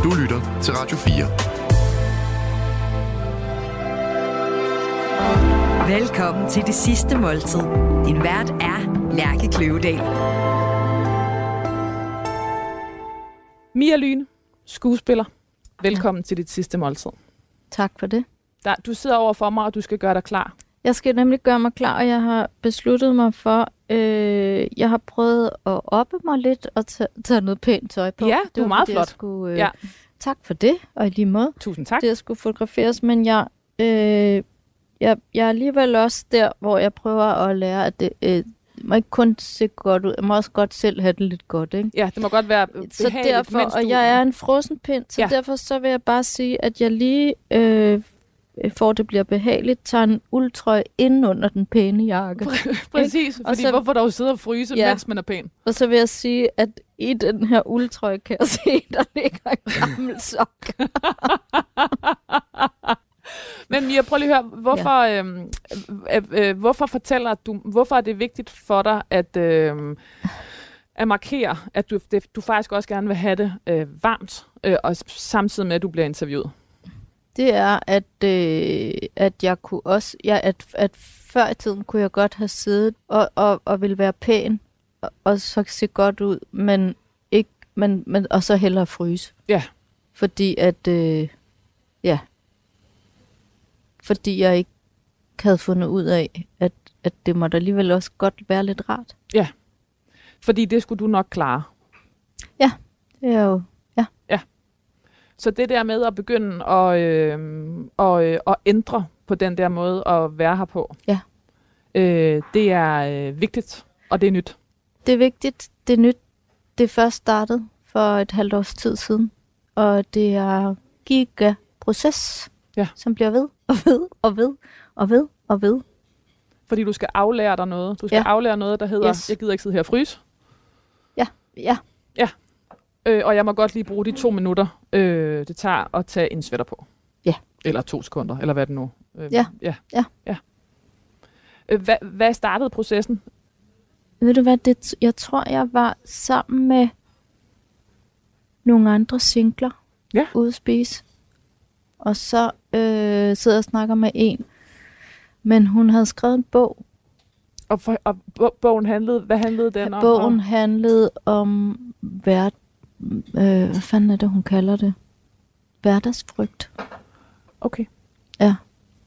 Du lytter til Radio 4. Velkommen til Det Sidste Måltid. Din vært er Lærke Kløvedal. Mia Lyne, skuespiller. Velkommen til Dit Sidste Måltid. Tak for det. Du sidder over for mig, og du skal gøre dig klar. Jeg skal nemlig gøre mig klar, og jeg har besluttet mig for, jeg har prøvet at oppe mig lidt og tage noget pænt tøj på. Ja, du er meget fordi, flot. Skulle, tak for det, og i lige måde. Tusind tak. Det, jeg skulle fotograferes, men jeg er alligevel også der, hvor jeg prøver at lære, at det må ikke kun se godt ud. Jeg må også godt selv have det lidt godt, ikke? Ja, det må godt være behageligt, så derfor, og jeg er en frossen pind, så derfor så vil jeg bare sige, at jeg lige, for det bliver behageligt, tager en uldtrøje ind under den pæne jakke. Præcis, fordi så, hvorfor dog sidde og fryse, mens man er pæn? Og så vil jeg sige, at i den her uldtrøje kan jeg se, der ligger en gammel sok. Men Mia, prøv lige at høre, hvorfor fortæller du, hvorfor er det vigtigt for dig at markere, at du faktisk også gerne vil have det varmt, og samtidig med, at du bliver interviewet? Det er, at jeg kunne også, at før i tiden kunne jeg godt have siddet og ville være pæn, og så se godt ud, men ikke, men og så hellere fryse. Ja. Fordi fordi jeg ikke havde fundet ud af, at det måtte alligevel også godt være lidt rart. Ja, fordi det skulle du nok klare. Ja, det er jo, ja. Så det der med at begynde at ændre på den der måde at være her på, det er vigtigt, og det er nyt. Det er vigtigt, det er nyt. Det er først startet for et halvt års tid siden, og det er giga-proces, som bliver ved og ved og ved og ved og ved. Fordi du skal aflære dig noget. Du skal aflære noget, der hedder, jeg gider ikke sidde her og fryse. Ja. Og jeg må godt lige bruge de 2 minutter, det tager at tage en sweater på. Ja. Eller 2 sekunder, eller hvad det nu. Ja. Hvad startede processen? Ved du hvad, jeg tror, jeg var sammen med nogle andre singler ude at spise. Og så sidder jeg og snakker med en. Men hun havde skrevet en bog. Og bogen handlede, hvad handlede den om? Bogen handlede om hvad fanden er det, hun kalder det? Hverdagsfrygt. Okay. Ja.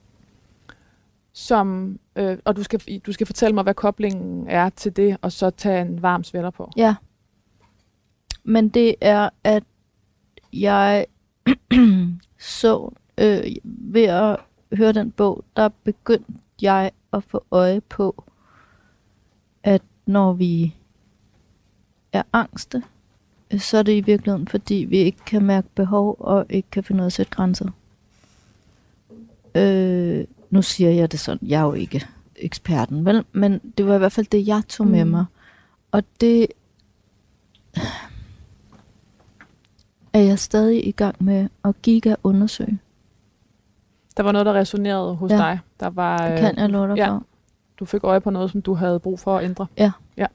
Som, og du skal fortælle mig, hvad koblingen er til det, og så tage en varm sweater på. Ja. Men det er, at jeg så ved at høre den bog, der begyndte jeg at få øje på, at når vi er angste, så er det i virkeligheden, fordi vi ikke kan mærke behov og ikke kan finde ud af at sætte grænser. Nu siger jeg det sådan, jeg er jo ikke eksperten, vel? Men det var i hvert fald det, jeg tog med mig. Og det er jeg stadig i gang med at giga-undersøge. Der var noget, der resonerede hos dig. Der var, det kan jeg love dig for. Du fik øje på noget, som du havde brug for at ændre. Ja.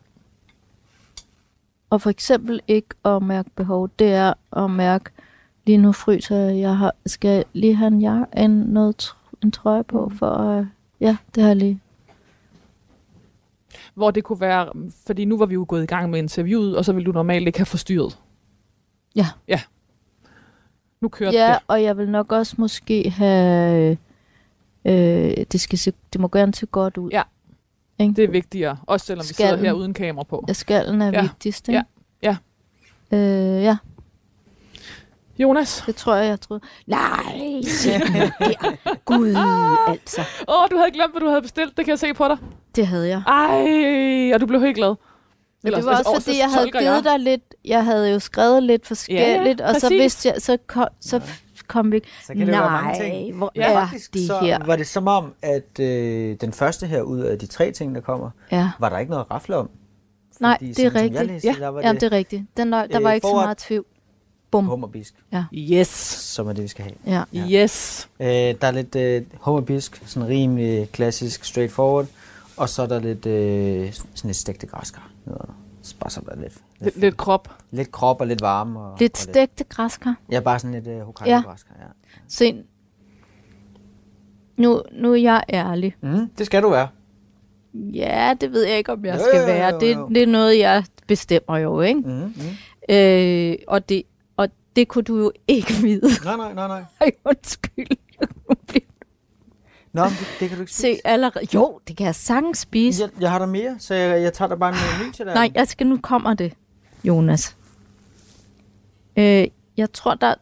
Og for eksempel ikke at mærke behov, det er at mærke, lige nu fryser jeg, skal lige have en trøje på, for det har jeg lige. Hvor det kunne være, fordi nu var vi jo gået i gang med interviewet, og så ville du normalt ikke have forstyrret. Ja. Nu kører det. Og jeg vil nok også måske have, det må gerne se godt ud. Ja, ikke? Det er vigtigere, også selvom vi sidder her uden kamera på. Ja, skallen er vigtigst, ikke? Ja. Ja. Jonas? Det tror jeg troede. Nej, Gud, altså. Du havde glemt, hvad du havde bestilt. Det kan jeg se på dig. Det havde jeg. Ej, og du blev helt glad. Men det var også fordi, jeg havde givet dig lidt. Jeg havde jo skrevet lidt forskelligt, og så vidste jeg, så kom vi. Så kan det være mange ting. Hvor er det så her? Var det som om, at den første her ud af de 3 ting, der kommer, var der ikke noget at rafle om? Nej, det er rigtigt. Det er rigtigt. Der var ikke så meget tvivl. Bum. Hummerbisk. Ja. Yes. Som er det, vi skal have. Ja. Yes. Der er lidt hummerbisk, sådan rimelig klassisk, straightforward. Og så er der lidt sådan et stegte græskar. Bare så lidt krop. Lidt krop og lidt varme. Og lidt stegte græskar. Ja, bare sådan lidt Hokkaido-græskar, ja. Se, nu er jeg ærlig. Det skal du være. Ja, det ved jeg ikke, om jeg skal være. Det er noget, jeg bestemmer jo, ikke? Og det kunne du jo ikke vide. Nej. Ej, undskyld. Nå, det kan du ikke spise. Se, allerede. Jo, det kan jeg sagtens spise. Jeg har der mere, så jeg tager der bare en ny til dig. Nej, nu kommer det, Jonas. Jeg tror, der...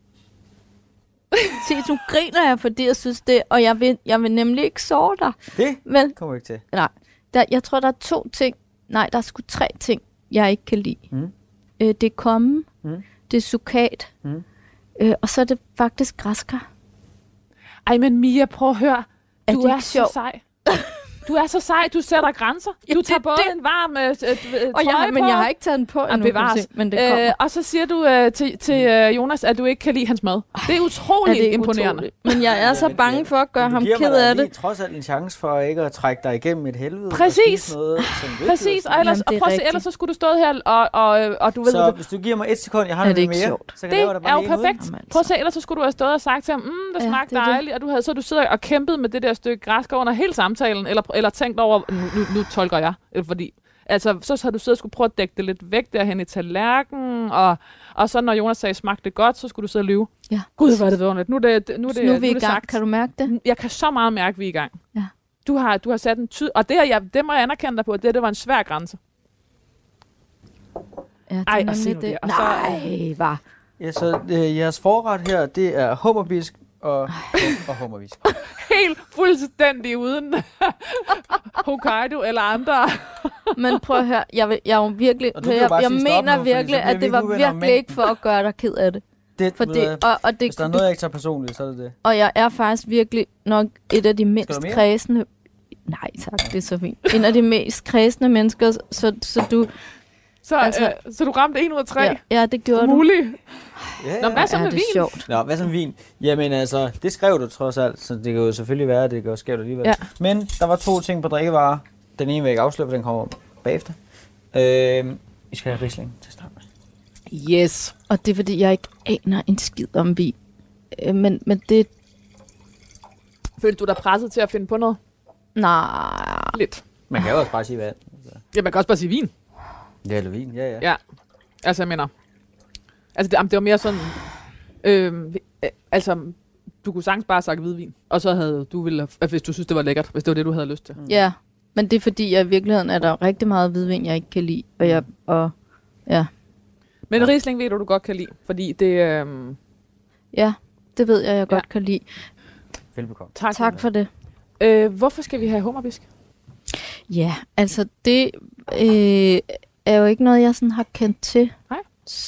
Se, du griner jeg, fordi jeg synes det, og jeg vil nemlig ikke sove dig. Det kommer ikke til. Nej, jeg tror, der er 2 ting. Nej, der er sgu 3 ting, jeg ikke kan lide. Det er kommen, det er sukat, og så er det faktisk græskar. Ej, men Mia, prøv at høre. Du er så sej. Du er så sej, du sætter grænser. Du tager både en varm trøje men jeg har ikke taget den på endnu, men det kommer. Og så siger du til Jonas, at du ikke kan lide hans mad. Det er utroligt imponerende. Men jeg er så bange for at gøre ham ked af det. Du trods alt en chance for ikke at trække dig igennem et helvede. Præcis. Noget, Præcis. Og ellers så skulle du stå her, og du ved... Så hvis du giver mig 1 sekund, jeg har noget mere, så kan jeg lave det bare jo perfekt. Prøv at se, ellers så skulle du have stået og sagt til ham, det smagte dejligt, og du sidder og kæmpet med det der stykke græskar under hele samtalen, eller tænkt over, nu tolker jeg, fordi altså, så har du siddet og skulle prøve at dække det lidt væk derhen i tallerkenen, og så når Jonas sagde, smagte det godt, så skulle du sidde og lyve. Ja. Gud, hvor er det vidunderligt. Nu er vi i gang. Sagt. Kan du mærke det? Jeg kan så meget mærke, at vi er i gang. Ja. Du har sat en og det må jeg anerkende dig på, det var en svær grænse. Ja, det og se det. Nej, hvad? Ja, så jeres forret her, det er hummerbisk og hummerbisk. Helt fuldstændig uden Hokkaido eller andre. Men prøv at høre, jeg mener virkelig, at det var virkelig ikke for at gøre dig ked af det. Hvis der er noget, jeg ikke tager personligt, så er det det. Og jeg er faktisk virkelig nok et af de mindst kredsende... Nej tak, det er så fint. En af de mest kredsende mennesker, så du... Så du ramte 1 ud af 3? Ja, det gjorde muligt. Ja. Nå, hvad så med vin? Sjovt. Nå, hvad så med vin? Jamen altså, det skrev du trods alt, så det kan jo selvfølgelig være, at det går skævt alligevel. Ja. Men der var 2 ting på drikkevarer. Den ene vil jeg ikke afsløre, for den kommer bagefter. Vi skal have Riesling til start med. Yes. Og det er, fordi jeg ikke aner en skid om vin. Men det... Følte du dig presset til at finde på noget? Nej. Lidt. Man kan jo også bare sige vand. Ja, man kan også bare sige vin. Ja, eller vin, ja. Ja, altså jeg mener... Altså det var mere sådan... du kunne sagtens bare have sagt hvidvin, og så havde du ville, hvis du synes, det var lækkert, hvis det var det, du havde lyst til. Ja, men det er fordi, jeg i virkeligheden er der rigtig meget hvidvin, jeg ikke kan lide, ja. Men Riesling ved du godt kan lide, fordi det... Ja, det ved jeg godt kan lide. Velbekomme. Tak for det. Hvorfor skal vi have hummerbisk? Ja, altså det er jo ikke noget, jeg sådan har kendt til. Nej.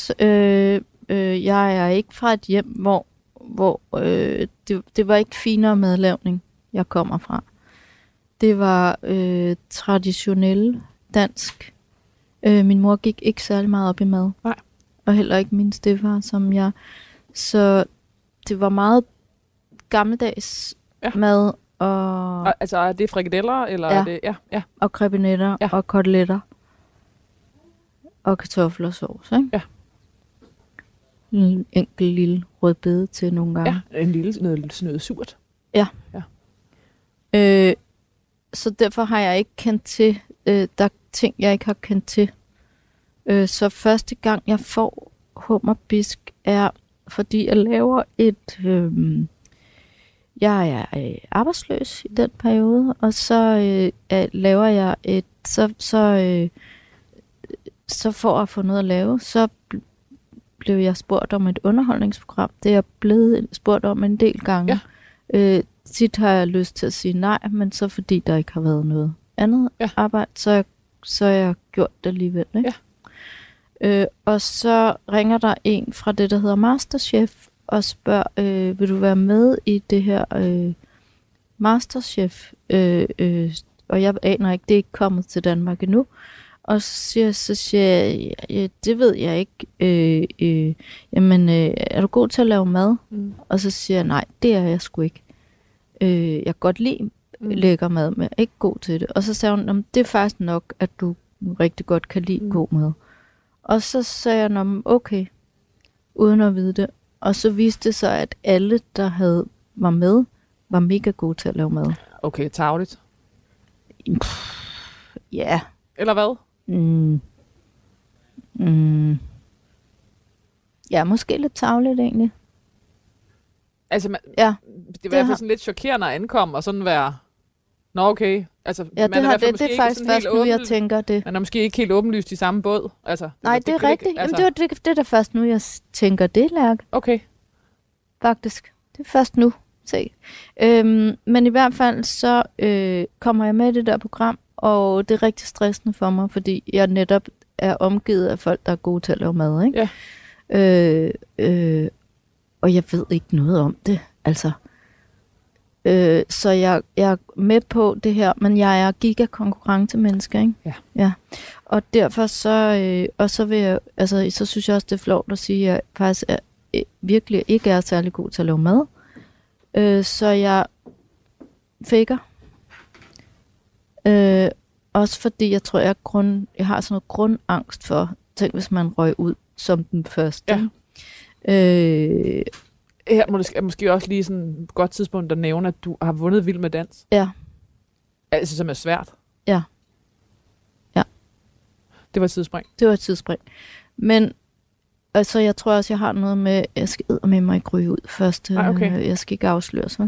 Jeg er ikke fra et hjem, hvor det var ikke finere madlavning, jeg kommer fra. Det var traditionel dansk. Min mor gik ikke særlig meget op i mad. Nej. Og heller ikke min stedfar, som jeg. Så det var meget gammeldags mad. Og altså er det frikadeller, eller er det... Ja. Og krebinetter og koteletter. Og kartofler og sovs, ikke? Ja. En enkelt lille rødbede til nogle gange. Ja, en lille noget surt. Ja. Så derfor har jeg ikke kendt til, der er ting, jeg ikke har kendt til. Så første gang, jeg får hummerbisk, er fordi jeg laver et... jeg er arbejdsløs i den periode, og så laver jeg et... Så for at få noget at lave, så blev jeg spurgt om et underholdningsprogram. Det er jeg blevet spurgt om en del gange. Ja. Tit har jeg lyst til at sige nej, men så fordi der ikke har været noget andet arbejde, så har jeg gjort det alligevel. Ikke? Ja. Og så ringer der en fra det, der hedder Masterchef, og spørger, vil du være med i det her Masterchef? Og jeg aner ikke, det er ikke kommet til Danmark endnu. Og så siger jeg, det ved jeg ikke. Jamen, er du god til at lave mad? Mm. Og så siger jeg, nej, det er jeg sgu ikke. Jeg kan godt lide lækker mad, men jeg er ikke god til det. Og så sagde hun, det er faktisk nok, at du rigtig godt kan lide god mad. Og så sagde jeg, okay, uden at vide det. Og så viste det sig, at alle, der var med, var mega gode til at lave mad. Okay, tarveligt. Ja. Eller hvad? Ja, måske lidt tarveligt egentlig. Altså, det ja, er i hvert fald sådan lidt chokerende at ankomme og sådan være... Nå, okay. Altså, ja, det er faktisk først nu, jeg tænker det. Man er måske ikke helt åbenlyst i samme båd. Altså, nej, det er rigtigt. Altså... Jamen, det er da først nu, jeg tænker det, Lærke. Okay. Faktisk. Det er først nu. Se. Men i hvert fald, så kommer jeg med i det der program, og det er rigtig stressende for mig, fordi jeg netop er omgivet af folk, der er gode til at lave mad, ikke? Ja. Og jeg ved ikke noget om det, altså. Så jeg er med på det her, men jeg er giga-konkurrencemenneske, ikke? Ja. Ja. Og derfor så vil jeg, altså, så synes jeg også, det er flot at sige, at jeg faktisk virkelig ikke er særlig god til at lave mad. Så jeg faker. Også fordi jeg tror, jeg har sådan noget grundangst for, tænk hvis man røg ud som den første. Ja. Her er måske også lige sådan et godt tidspunkt at nævne, at du har vundet Vild med Dans. Ja. Altså, som er svært. Ja. Ja. Det var et tidsspring. Det var et tidsspring. Men altså, jeg tror også, jeg har noget med, jeg skal med mig ikke ryge ud først. Okay. Jeg skal ikke afsløres.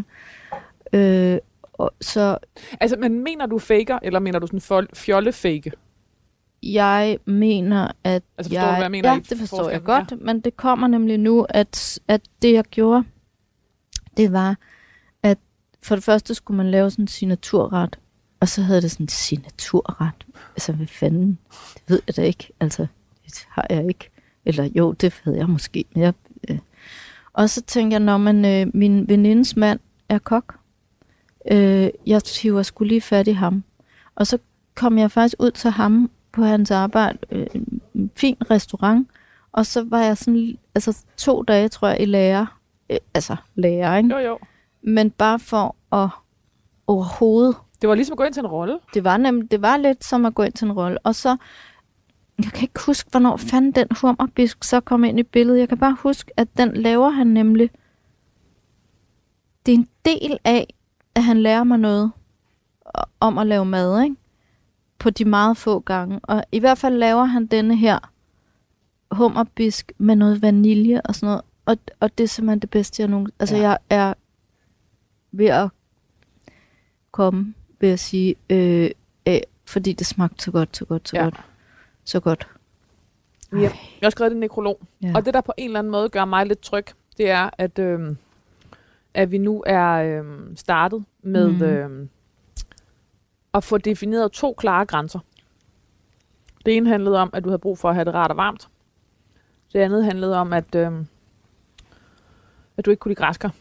Så, altså, men mener du faker, eller mener du sådan fjollefake? Jeg mener, at altså, forstår du, hvad jeg mener? Ja, det forstår jeg godt, men det kommer nemlig nu, at det jeg gjorde, det var, at for det første skulle man lave sådan en signaturret, og så havde det sådan en signaturret. Altså, hvad fanden? Det ved jeg da ikke. Altså, det har jeg ikke. Eller jo, det ved jeg måske. Men Og så tænkte jeg, når min venindes mand er kok, jeg hiver sgu lige fat i ham. Og så kom jeg faktisk ud til ham på hans arbejde, en fin restaurant, og så var jeg sådan, altså 2 dage, tror jeg, i lære, ikke? Jo. Men bare for at overhovedet. Det var ligesom at gå ind til en rolle. Det var lidt som at gå ind til en rolle. Og så, jeg kan ikke huske, hvornår fanden den hummerbisk så kom ind i billedet. Jeg kan bare huske, at den laver han nemlig. Det er en del af, at han lærer mig noget om at lave mad, ikke? På de meget få gange. Og i hvert fald laver han denne her hummerbisk med noget vanilje og sådan noget. Og det er simpelthen det bedste, jeg nogensinde... Altså, jeg er ved at komme, vil jeg sige, fordi det smagte så godt. Ja. Jeg har skrevet en nekrolog. Ja. Og det, der på en eller anden måde gør mig lidt tryg, det er, at vi nu er startet med at få defineret 2 klare grænser. Det ene handlede om, at du havde brug for at have det rart og varmt. Det andet handlede om, at du ikke kunne lide græskar.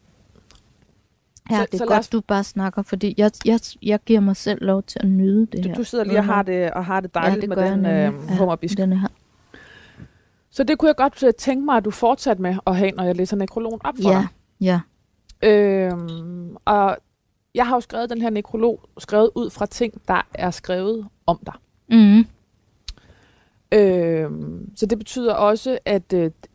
Ja, det er godt, du bare snakker, fordi jeg giver mig selv lov til at nyde det her. Du sidder lige og har det dejligt med den hummerbisk. Den her. Så det kunne jeg godt tænke mig, at du fortsatte med at have, når jeg læser nekrologen op for dig. Ja. Og jeg har jo skrevet den her nekrolog, skrevet ud fra ting, der er skrevet om dig. Mm. Så det betyder også, at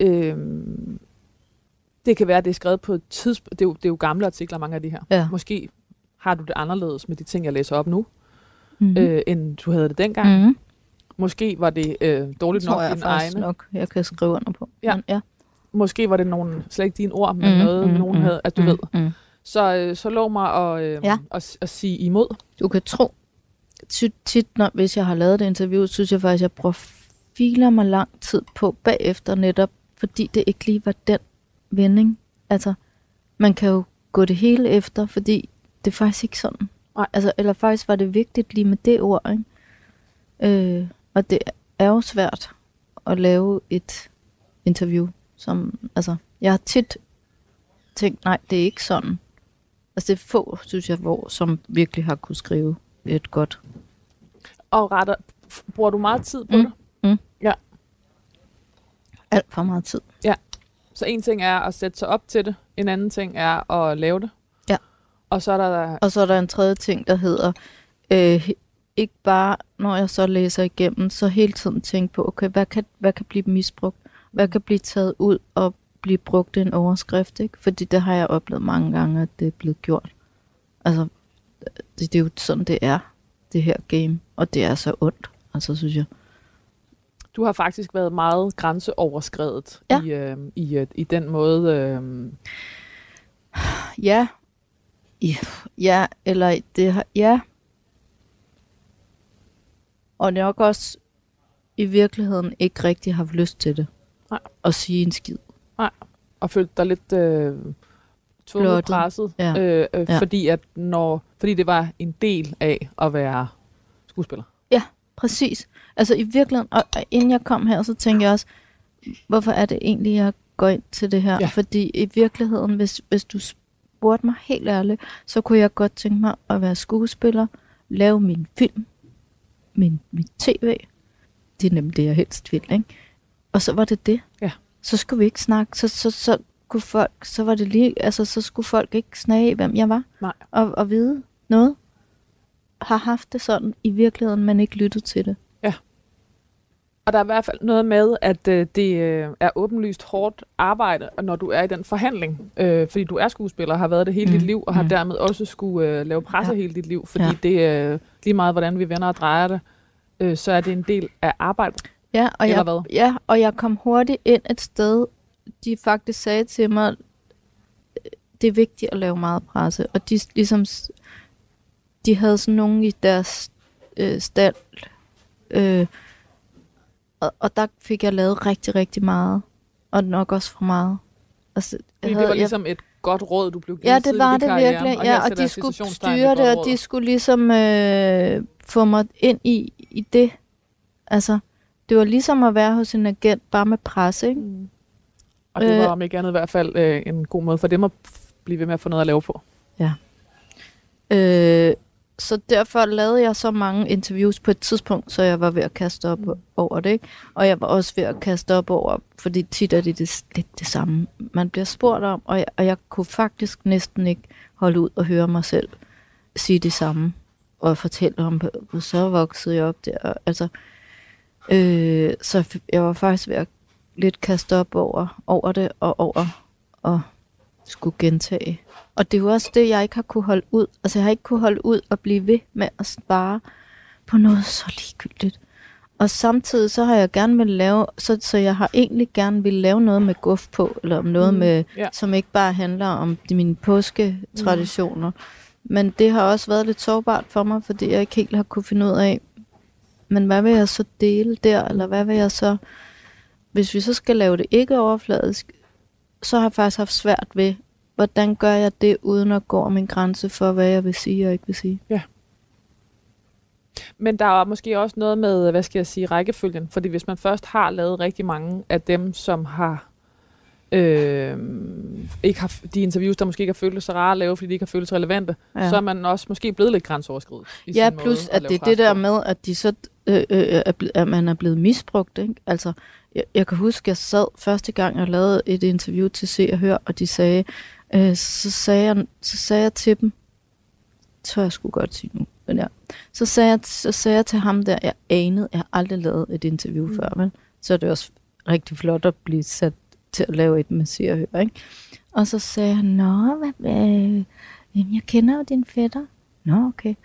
det kan være, at det er skrevet på et tidspunkt. Det er jo gamle artikler, mange af de her. Ja. Måske har du det anderledes med de ting, jeg læser op nu, end du havde det dengang. Mm. Måske var det dårligt nok dine egne. Nok, jeg kan skrive under på. Ja. Men, ja. Måske var det slet ikke dine ord, men noget, nogen havde, at du ved. Mm. Så lov mig at sige imod. Du kan tro, tit, hvis jeg har lavet det interview, synes jeg faktisk, at jeg profiler mig lang tid på bagefter netop, fordi det ikke lige var den vending. Altså, man kan jo gå det hele efter, fordi det er faktisk ikke sådan. Altså, eller faktisk var det vigtigt lige med det ord, ikke? Og det er jo svært at lave et interview, som, altså, jeg har tit tænkt, nej, det er ikke sådan. Altså, det er få, synes jeg, som virkelig har kunne skrive et godt. Og bruger du meget tid på det? Mm. Ja. Alt for meget tid. Ja. Så en ting er at sætte sig op til det, en anden ting er at lave det. Ja. Og så er der en tredje ting, der hedder ikke bare, når jeg så læser igennem, så hele tiden tænke på, okay, hvad kan blive misbrugt? Hvad kan blive taget ud og blive brugt i en overskrift, ikke? Fordi det har jeg oplevet mange gange, at det er blevet gjort. Altså, det er jo sådan, det er, det her game. Og det er så ondt, altså, synes jeg. Du har faktisk været meget grænseoverskredet i den måde. Ja. Ja, eller det har... Ja. Og nok også i virkeligheden ikke rigtig har lyst til det. Nej. At sige en skid. Nej. Og følte dig lidt tvunget presset. Ja. Fordi det var en del af at være skuespiller. Ja, præcis. Altså i virkeligheden, og inden jeg kom her, så tænkte jeg også, hvorfor er det egentlig, jeg går ind til det her? Ja. Fordi i virkeligheden, hvis du spurgte mig helt ærligt, så kunne jeg godt tænke mig at være skuespiller, lave min film, min tv. Det er nemlig det, jeg helst vil, ikke? Og så var det det. Ja. Så skulle vi ikke snakke, så kunne folk, så var det lige, altså så skulle folk ikke snage, hvem jeg var. Nej. Og vide noget. Har haft det sådan i virkeligheden, men ikke lyttet til det. Ja. Og der er i hvert fald noget med, at det er åbenlyst hårdt arbejde, når du er i den forhandling. Fordi du er skuespiller og har været det hele dit liv, og har dermed også skulle lave presse hele dit liv. Fordi det er lige meget, hvordan vi vender og drejer det, så er det en del af arbejdet. Ja, og jeg kom hurtigt ind et sted, de faktisk sagde til mig, det er vigtigt at lave meget presse. Og de ligesom, de havde sådan nogen i deres stald, og der fik jeg lavet rigtig, rigtig meget. Og nok også for meget. Altså, det var ligesom et godt råd, du blev givet. Ja, det var det virkelig. Og de skulle styre det, og de skulle ligesom få mig ind i det. Altså, det var ligesom at være hos en agent, bare med presse, ikke? Mm. Og det var om ikke andet i hvert fald en god måde for dem at blive ved med at få noget at lave på. Ja. Så derfor lavede jeg så mange interviews på et tidspunkt, så jeg var ved at kaste op over det, ikke? Og jeg var også ved at kaste op over, fordi tit er det lidt det samme, man bliver spurgt om, og jeg kunne faktisk næsten ikke holde ud og høre mig selv sige det samme, og fortælle om, så voksede jeg op der. Altså, så jeg var faktisk ved at lidt kaste op over det, og over og skulle gentage. Og det er jo også det, jeg ikke har kunne holde ud. Altså, jeg har ikke kunne holde ud og blive ved med at spare på noget så ligegyldigt. Og samtidig så har jeg gerne vil lave, så jeg har egentlig gerne vil lave noget med guf på, eller om noget med, som ikke bare handler om mine påsketraditioner. Men det har også været lidt sårbart for mig, fordi jeg ikke helt har kunne finde ud af, men hvad vil jeg så dele der, eller hvad vil jeg så, hvis vi så skal lave det ikke overfladisk, så har jeg faktisk haft svært ved, hvordan gør jeg det, uden at gå om min grænse for, hvad jeg vil sige og ikke vil sige. Ja. Men der er måske også noget med, rækkefølgen. Fordi hvis man først har lavet rigtig mange af dem, som har ikke har de interviews, der måske ikke har følt så rare at lave, fordi de ikke har følt relevante, så er man også måske blevet lidt grænseoverskridet. Ja, plus at det er det der med, at de så at man er blevet misbrugt, ikke? Altså, jeg kan huske, jeg sad første gang, jeg lavede et interview til Se og Hør, og de sagde, så sagde jeg til dem, så jeg skulle godt sige nu, men ja. Så sagde jeg til ham der, jeg har aldrig lavet et interview før, men så er det også rigtig flot at blive sat til at lave et med Se og Hør, ikke? Og så sagde han, jeg kender jo din fætter. Nå, okay.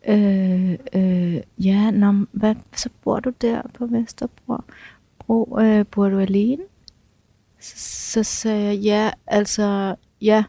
Så bor du der på Vesterbro? Bor du alene? Så sagde jeg, ja, altså, ja.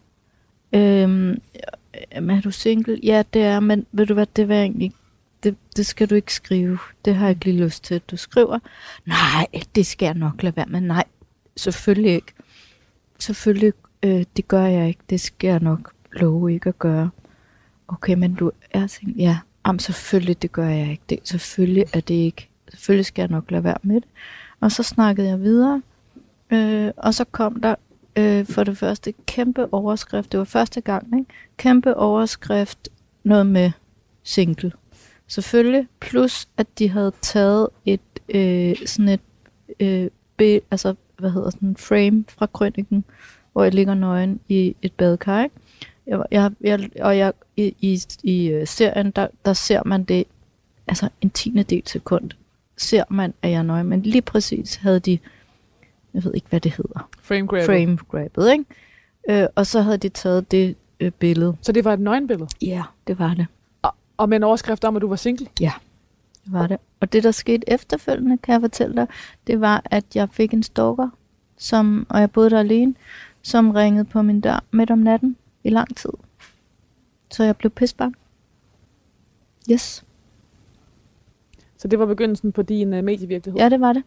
Er du single? Ja, det er, men ved du hvad, det var egentlig, det skal du ikke skrive. Det har jeg ikke lige lyst til, at du skriver. Nej, det skal jeg nok lade være med. Nej, selvfølgelig ikke. Selvfølgelig, det gør jeg ikke. Det skal jeg nok love ikke at gøre. Okay, men du er single? Ja, selvfølgelig, det gør jeg ikke. Selvfølgelig er det ikke. Selvfølgelig skal jeg nok lade være med det. Og så snakkede jeg videre, og så kom der for det første kæmpe overskrift. Det var første gang, ikke? Kæmpe overskrift, noget med single. Selvfølgelig, plus at de havde taget et sådan et en frame fra krøniken, hvor jeg ligger nøgen i et badekar, ikke? I serien, der ser man det altså en 10. sekund, ser man, at jeg er nøgen. Men lige præcis havde de, jeg ved ikke, hvad det hedder. Frame grabbet, ikke? Og så havde de taget det billede. Så det var et nøgenbillede? Ja, det var det. Og med en overskrift om, at du var single? Ja, det var det. Og det, der skete efterfølgende, kan jeg fortælle dig, det var, at jeg fik en stalker, og jeg boede der alene, som ringede på min dør midt om natten i lang tid. Så jeg blev pissebange. Yes. Så det var begyndelsen på din medievirkelighed? Ja, det var det.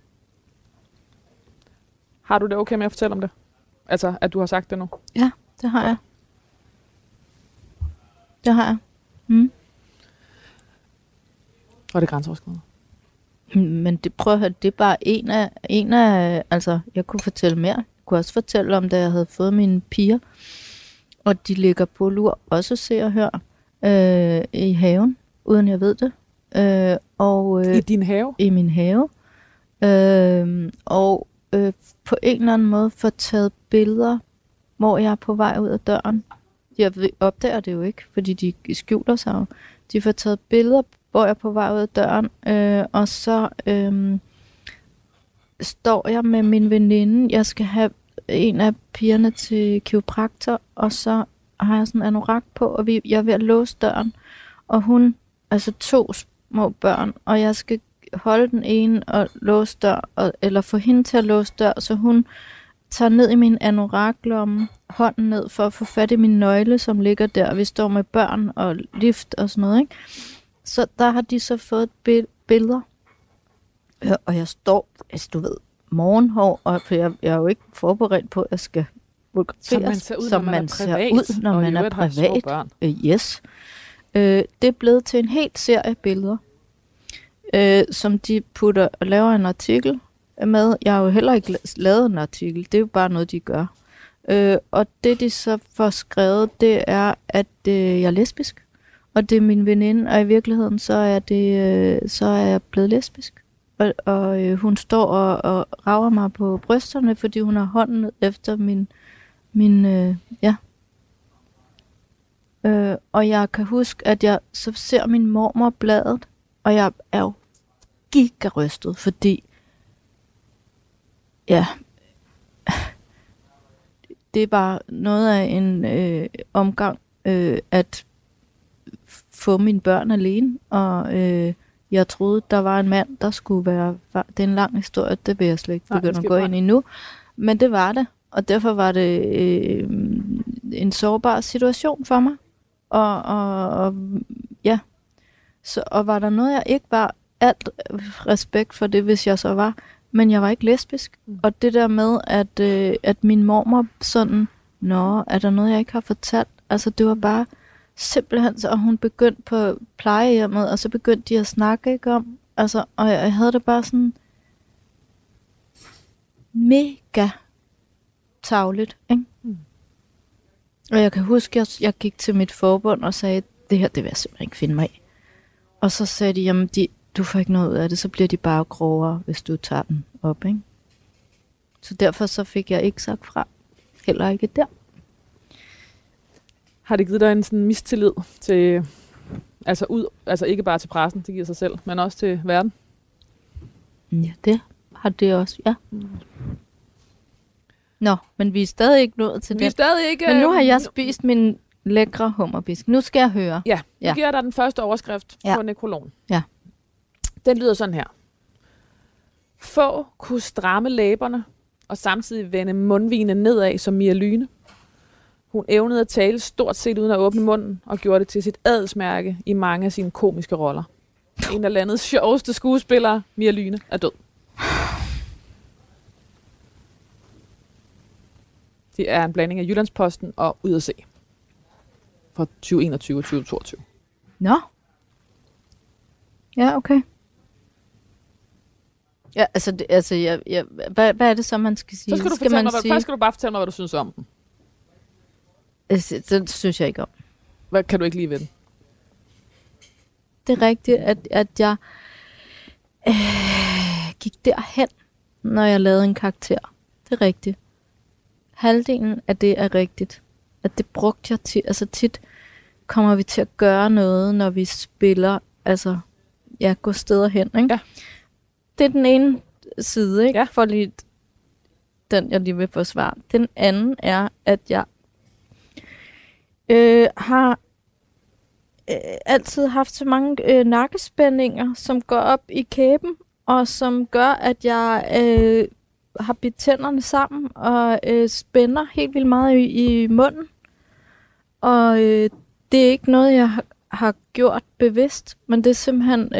Har du det okay med at fortælle om det? Altså, at du har sagt det nu? Ja, det har jeg. Det har jeg. Mm. Og det er grænseoverskridende? Men det, prøv at høre, det er bare en af, altså, jeg kunne fortælle mere. Jeg kunne også fortælle om, da jeg havde fået mine piger, og de ligger på lur, også se og høre, i haven, uden jeg ved det. I din have? I min have. På en eller anden måde få taget billeder, hvor jeg er på vej ud af døren. Jeg opdager det jo ikke, fordi de skjuler sig jo. De får taget billeder, hvor jeg er på vej ud af døren, og så står jeg med min veninde. Jeg skal have en af pigerne til kiropraktor, og så har jeg sådan en anorak på, og jeg er ved at låse døren. Og hun, altså 2 små børn, og jeg skal holde den ene og låse dør, eller få hende til at låse dør, så hun tager ned i min anoraklomme, hånden ned for at få fat i min nøgle, som ligger der. Vi står med børn og lift og sådan noget, ikke? Så der har de så fået billeder. Og jeg står, altså du ved, morgenhår, og jeg er jo ikke forberedt på, at jeg skal fotograferes, som man ser ud, når man er privat. Yes. Det er blevet til en helt serie billeder, som de putter og laver en artikel med. Jeg har jo heller ikke lavet en artikel, det er jo bare noget, de gør. Og det, de så får skrevet, det er, at jeg er lesbisk. Og det er min veninde, og i virkeligheden, så er jeg blevet lesbisk. Og hun står og rager mig på brysterne, fordi hun har hånden efter min og jeg kan huske, at jeg så ser min mormor bladet, og jeg er jo gigarystet, fordi det er bare noget af en omgang at få mine børn alene, og jeg troede, der var en mand, der skulle være... Det er en lang historie, det vil jeg slet ikke begynde at gå ind i nu, men det var det, og derfor var det en sårbar situation for mig, og ja, og var der noget, jeg ikke var alt respekt for det, hvis jeg så var, men jeg var ikke lesbisk, og det der med, at min mormor sådan, er der noget, jeg ikke har fortalt, altså det var bare simpelthen, og hun begyndte på plejehjemmet, og så begyndte de at snakke, ikke om, altså, og jeg havde det bare sådan mega tarveligt, ikke? Og jeg kan huske, at jeg gik til mit forbund og sagde, det her, det vil jeg simpelthen ikke finde mig i. Og så sagde de, jamen, du får ikke noget ud af det, så bliver de bare grovere, hvis du tager den op, ikke? Så derfor så fik jeg ikke sagt fra, heller ikke der. Har det givet dig en sådan mistillid til, altså ikke bare til pressen, det giver sig selv, men også til verden? Ja, det har det også, ja. Nå, men vi er stadig ikke nået til det. Vi er stadig ikke... Men nu har jeg spist min lækre hummerbisk. Nu skal jeg høre. Ja, jeg giver dig den første overskrift på nekrologen. Ja. Den lyder sådan her. Få kunne stramme læberne og samtidig vende mundvigene nedad som Mia Lyne. Hun evnede at tale stort set uden at åbne munden og gjorde det til sit adelsmærke i mange af sine komiske roller. En af landets sjoveste skuespillere, Mia Lyne, er død. Det er en blanding af Jyllandsposten og Ud at se. For 2021 og 2022. Nå. Ja, okay. Ja, hvad er det så, man skal sige? Så skal du fortælle mig, først skal du bare fortælle mig, hvad du synes om den. Det synes jeg ikke om. Hvad kan du ikke lide ved den? Det er rigtigt, at jeg gik derhen, når jeg lavede en karakter. Det er rigtigt. Halvdelen af det er rigtigt. At det brugte jeg til, altså tit kommer vi til at gøre noget, når vi spiller, altså gå steder hen, ikke? Ja. Det er den ene side, ikke? Ja. For lige den, jeg lige vil forsvare. Den anden er, at jeg har altid haft så mange nakkespændinger, som går op i kæben, og som gør, at jeg har bidt tænderne sammen og spænder helt vildt meget i munden. Og det er ikke noget, jeg har gjort bevidst, men det er simpelthen...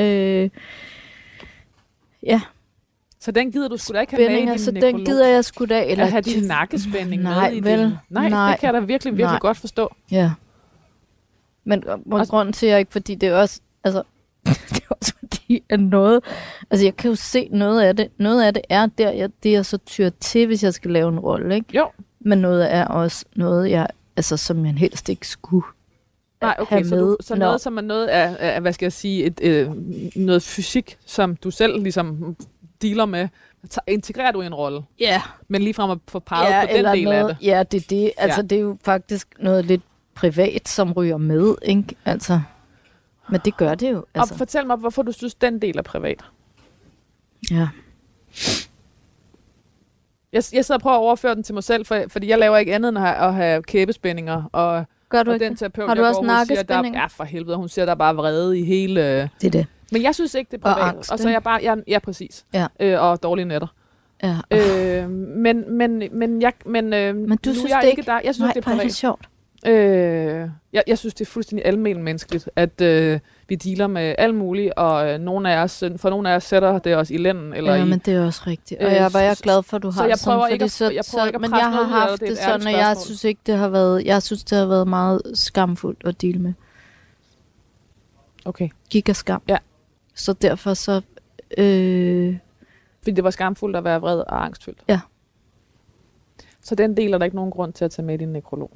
Så den gider du sgu da ikke have med i din så nekrolog? den gider jeg sgu da... Eller at have din nakkespænding nej, med i vel, din... Nej, det kan jeg da virkelig godt forstå. Ja. Men grunden til, jeg ikke, fordi det er også... Altså, det er også fordi, at noget... Altså, jeg kan jo se noget af det. Noget af det er det er så tyr til, hvis jeg skal lave en rolle, ikke? Jo. Men noget er også noget, jeg... Altså, som jeg helst ikke skulle have med. Så noget, som er noget af hvad skal jeg sige, noget fysik, som du selv ligesom dealer med, integrerer du i en rolle. Ja. Yeah. Men lige frem at få peget på den del noget, af det. Ja, det er det. Altså, det er jo faktisk noget lidt privat, som ryger med, ikke? Altså, men det gør det jo. Altså. Og fortæl mig, hvorfor du synes, den del er privat. Ja. Jeg sidder og prøver at overføre den til mig selv, fordi jeg laver ikke andet end at have kæbespændinger. Og gør du og ikke? den terapeut, har du også nakkespændinger? Ja, for helvede. Hun siger, der er bare vrede i hele... Det er det. Men jeg synes ikke, det er privat. Og angst, og så er jeg bare... Ja, præcis. Ja. Og dårlige nætter. Ja. Men du synes jeg det ikke der. Jeg synes, det er privat. Det er sjovt. Jeg synes, det er fuldstændig almen menneskeligt, at vi dealer med alt muligt, og for nogle af os sætter det også i lænden. Eller men det er også rigtigt. Og jeg var glad for, at du har det sådan. Men jeg har haft det sådan, og jeg synes ikke, det har været... Jeg synes, det har været meget skamfuldt at deale med. Okay. Gigaskam. Ja. Så derfor så... Fordi det var skamfuldt at være vred og angstfyldt. Ja. Så den del er der ikke nogen grund til at tage med i din nekrolog.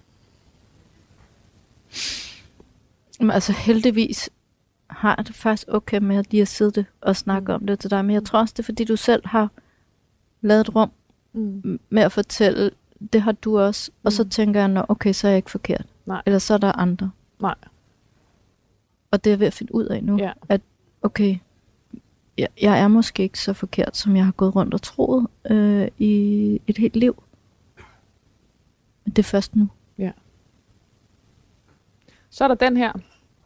Men altså heldigvis har jeg det faktisk okay med at lige at sidde det og snakke om det til dig. Men jeg tror også, det er fordi, du selv har lavet et rum med at fortælle, det har du også. Og så tænker jeg, okay, så er jeg ikke forkert. Nej. Eller så er der andre. Nej. Og det er jeg ved at finde ud af nu. Ja. At okay, jeg er måske ikke så forkert, som jeg har gået rundt og troet i et helt liv. Men det er først nu. Ja. Så er der den her.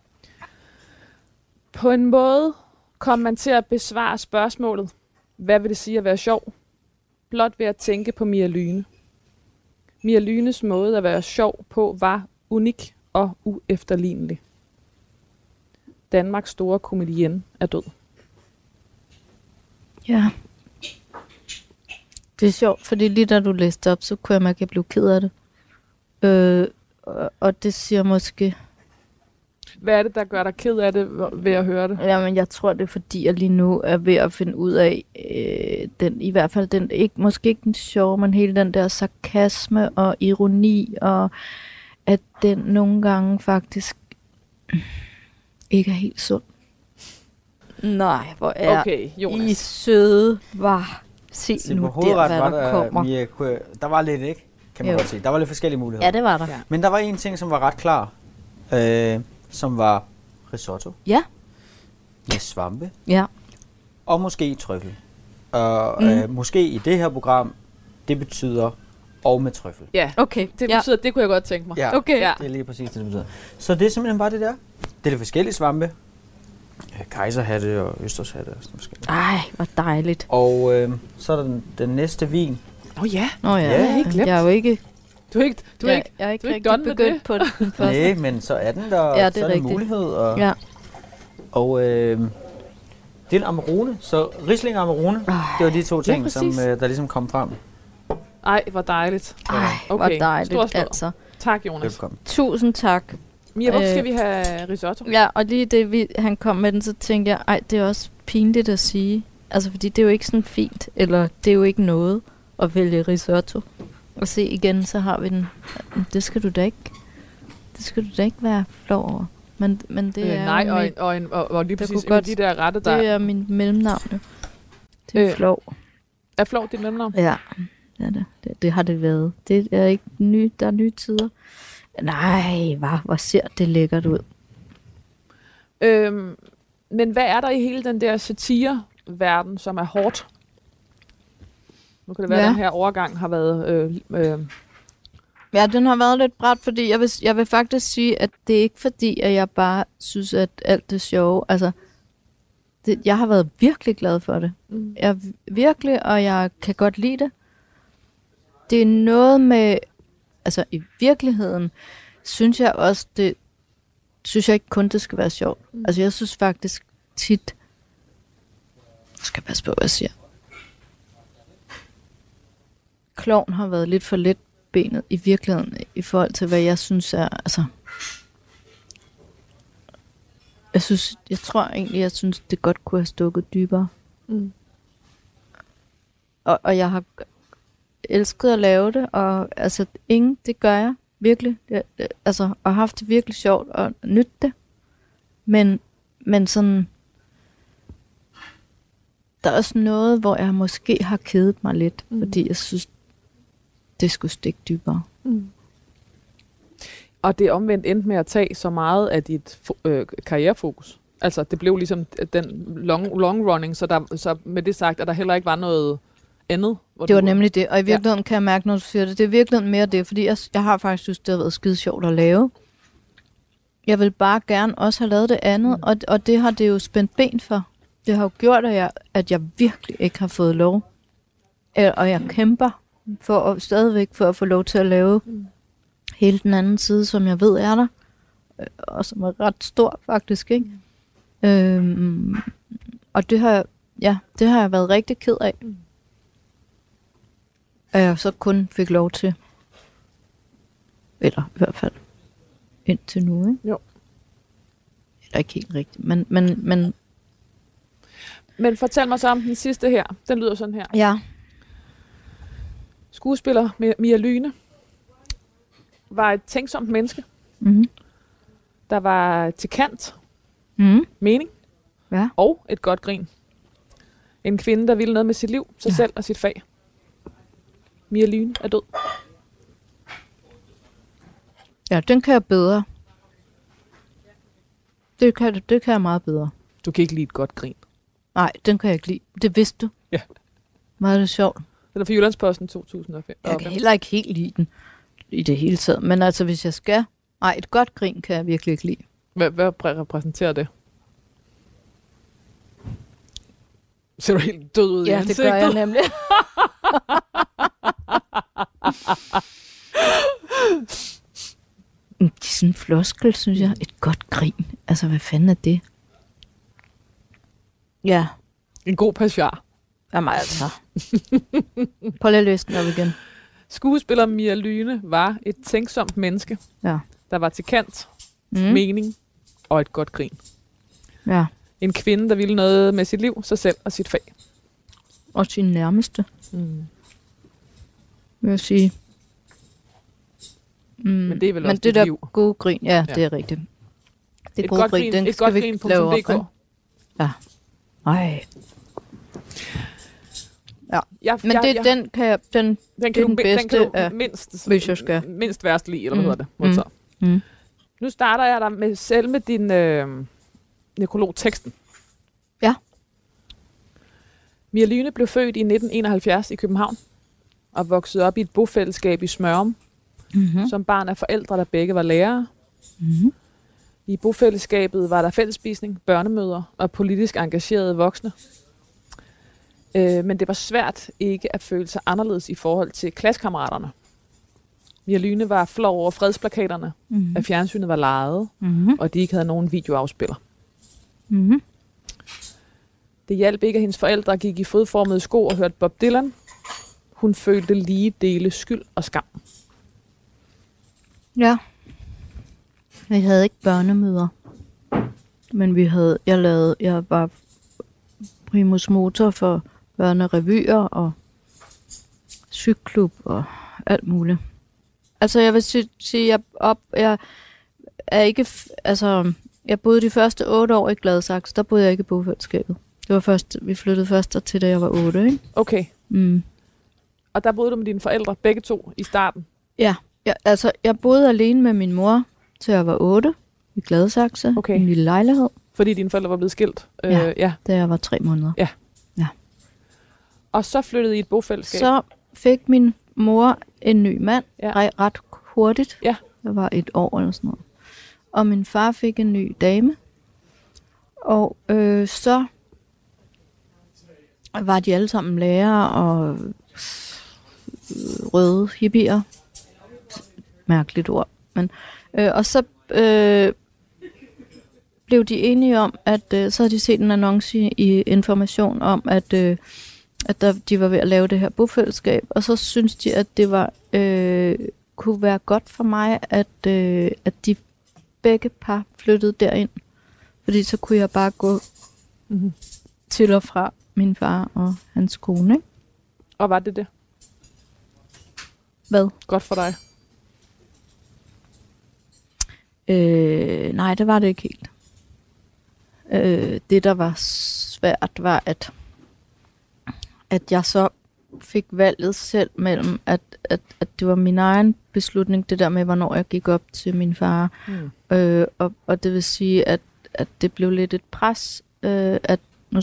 På en måde kom man til at besvare spørgsmålet, hvad vil det sige at være sjov? Blot ved at tænke på Mia Lyhne. Mia Lyhnes måde at være sjov på var unik og uefterlignelig. Danmarks store komedienne er død. Ja. Det er sjovt, fordi lige da du læste op, så kunne jeg mærke, at jeg blev ked af det. Og det siger måske... Hvad er det, der gør dig ked af det ved at høre det? Jamen, jeg tror, det er fordi, jeg lige nu er ved at finde ud af, i hvert fald den, måske ikke den sjove, men hele den der sarkasme og ironi, og at den nogle gange faktisk ikke er helt sund. Nej, hvor er okay, I søde, var. Se nu der, hvad der kommer. Der var lidt, ikke? Kan man godt sige. Der var lidt forskellige muligheder. Ja, det var der. Ja. Men der var en ting, som var ret klar, som var risotto. Ja. Med svampe. Ja. Og måske trøffel. Og måske i det her program, det betyder og med trøffel. Ja, okay. Det betyder, det kunne jeg godt tænke mig. Ja, okay. Det er lige præcis det betyder. Så det er simpelthen bare det der. Det er lidt forskellige svampe. Kejserhatte og østershatte og sådan noget. Ej, hvor dejligt. Og så er der den næste vin. Ja. Jeg er jo ikke... Du er ikke rigtig begyndt på det første. Nej, men så er den der, ja, det så er det en mulighed. Og, og det er en Amarone, så Riesling og Amarone, det var de to ting, som der ligesom kom frem. Ej, hvor dejligt. Ej, hvor dejligt, altså. Tak, Jonas. Velkommen. Tusind tak. Mia, hvorfor skal vi have risotto? Ja, og lige det, han kom med den, så tænkte jeg, ej, det er også pinligt at sige. Altså, fordi det er jo ikke sådan fint, eller det er jo ikke noget at vælge risotto. Og se igen, så har vi den. Det skal du da ikke være flov over. Men det er nej, og lige præcis de der rette der. Det er min mellemnavn. Det er flov. Er flov dit mellemnavn? Ja, det har det været. Det er ikke der er nye tider. Nej, hvor ser det lækkert ud. Men hvad er der i hele den der satire-verden, som er hårdt? Nu kan det være, at den her overgang har været... Ja, den har været lidt brat, fordi jeg vil faktisk sige, at det er ikke fordi, at jeg bare synes, at alt det sjove... Altså, jeg har været virkelig glad for det. Jeg virkelig, og jeg kan godt lide det. Det er noget med... Altså, i virkeligheden synes jeg også, synes jeg ikke kun, det skal være sjovt. Altså, jeg synes faktisk tit... Jeg skal passe på, hvad jeg siger. Klovn har været lidt for let benet i virkeligheden, i forhold til, hvad jeg synes er... Altså, jeg tror egentlig, det godt kunne have stukket dybere. Og jeg har elsket at lave det, og altså, det gør jeg virkelig. Altså, og haft det virkelig sjovt og nytte det. Men sådan... Der er også noget, hvor jeg måske har kedet mig lidt, fordi jeg synes, det skulle stikke dybere. Og det omvendt endte med at tage så meget af dit karrierefokus. Altså, det blev ligesom den long running, så med det sagt, at der heller ikke var noget andet. Det var nemlig det, og i virkeligheden kan jeg mærke, når du siger det, det er virkelig mere det, fordi jeg har faktisk synes, det har været skide sjovt at lave. Jeg vil bare gerne også have lavet det andet, og det har det jo spændt ben for. Det har jo gjort, at jeg virkelig ikke har fået lov. Og jeg kæmper stadigvæk for at få lov til at lave hele den anden side, som jeg ved er der. Og som er ret stor, faktisk. Ikke? Og det har jeg været rigtig ked af. At jeg så kun fik lov til. Eller i hvert fald indtil nu. Ikke? Jo. Eller ikke helt rigtigt. Men fortæl mig så om den sidste her. Den lyder sådan her. Ja. Skuespiller Mia Lyhne var et tænksomt menneske. Der var til kant, mening og et godt grin. En kvinde, der ville noget med sit liv, sig selv og sit fag. Mia Lyhne er død. Ja, den kan jeg bedre. Det kan jeg meget bedre. Du kan ikke lide et godt grin. Nej, den kan jeg ikke lide. Det vidste du. Ja. Meget det sjovt. Den er fra Jyllandsposten 2005. Jeg kan heller ikke helt lide den i det hele taget. Men altså, hvis jeg skal... Nej, et godt grin kan jeg virkelig ikke lide. Hvad repræsenterer det? Ser du helt død ud i ansigtet? Ja, det gør jeg nemlig. Det er sådan en floskel, synes jeg. Et godt grin. Altså, hvad fanden er det? Ja. En god pasjar. Jamen altså. Prøv lige at læse den op igen. Skuespiller Mia Lyhne var et tænksomt menneske, der var til kant, mening og et godt grin. Ja. En kvinde, der ville noget med sit liv, sig selv og sit fag. Og sin nærmeste. Vil jeg sige. Men det er vel også det dit liv. Der gode grin, det er rigtigt. Det et gode grin, den skal vi ikke lave op. Ja. Ej. Ja. Men den kan den den bedste mindst værst lide, eller hvad hedder det? Nu starter jeg der med selve din nekrolog-teksten. Ja. Mia Lyhne blev født i 1971 i København og voksede op i et bofællesskab i Smørum, som barn af forældre, der begge var lærere. I bofællesskabet var der fællesspisning, børnemøder og politisk engagerede voksne. Men det var svært ikke at føle sig anderledes i forhold til klassekammeraterne. Mia Lyhne var flov over fredsplakaterne, at fjernsynet var lejet, og de ikke havde nogen videoafspiller. Det hjalp ikke, at hendes forældre gik i fodformede sko og hørte Bob Dylan. Hun følte lige dele skyld og skam. Ja. Vi havde ikke børnemøder. Men jeg var primus motor for børnerevyer og cykklub og alt muligt. Altså jeg vil sige, jeg boede de første 8 år i Gladsaxe, der boede jeg ikke i bofællesskabet. Det var først, vi flyttede først til, da jeg var 8, ikke? Okay. Og der boede du med dine forældre, begge to, i starten? Ja, jeg boede alene med min mor, til jeg var 8, i Gladsaxe, i en lille lejlighed. Fordi dine forældre var blevet skilt? Ja, da jeg var 3 måneder. Ja. Og så flyttede I et bofællesskab? Så fik min mor en ny mand ret hurtigt. Ja. Det var 1 år eller sådan noget. Og min far fik en ny dame. Og så var de alle sammen lærere og røde hippier. Mærkeligt ord. Men, og så blev de enige om, at så havde de set en annonce i Information om, at de var ved at lave det her bofællesskab. Og så synes de, at det var kunne være godt for mig, at de begge par flyttede derind. Fordi så kunne jeg bare gå til og fra min far og hans kone. Ikke? Og var det? Hvad? Godt for dig? Nej, det var det ikke helt. Det, der var svært, var, at jeg så fik valget selv mellem, at det var min egen beslutning, det der med, hvornår jeg gik op til min far. Og det vil sige, at det blev lidt et pres, at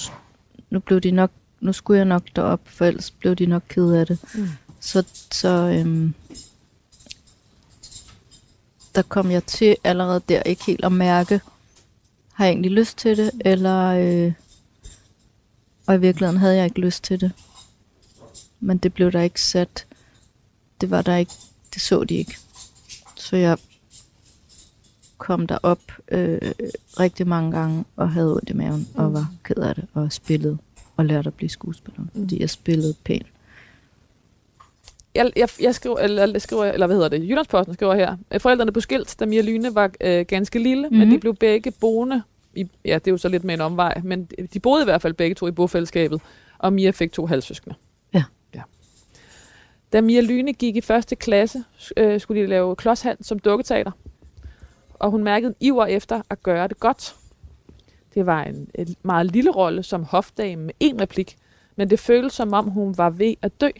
nu skulle jeg nok derop, for ellers blev de nok ked af det. Så der kom jeg til allerede der ikke helt at mærke, har jeg egentlig lyst til det, eller og i virkeligheden havde jeg ikke lyst til det. Men det blev der ikke sat. Det var der ikke, det så de ikke. Så jeg kom derop rigtig mange gange og havde ondt i maven og var ked af det og spillede og lærte at blive skuespiller, fordi jeg spillede pænt. Jeg skriver, Jyllandsposten skriver her, at forældrene blev skilt, da Mia Lyhne var ganske lille, men de blev begge boende det er jo så lidt med en omvej, men de boede i hvert fald begge to i bofællesskabet, og Mia fik 2 halvsøskende. Ja. Da Mia Lyhne gik i 1. klasse, skulle de lave klodshandel som dukketeater, og hun mærkede en iver efter at gøre det godt. Det var en meget lille rolle som hofdame med 1 replik, men det føltes som om, hun var ved at dø.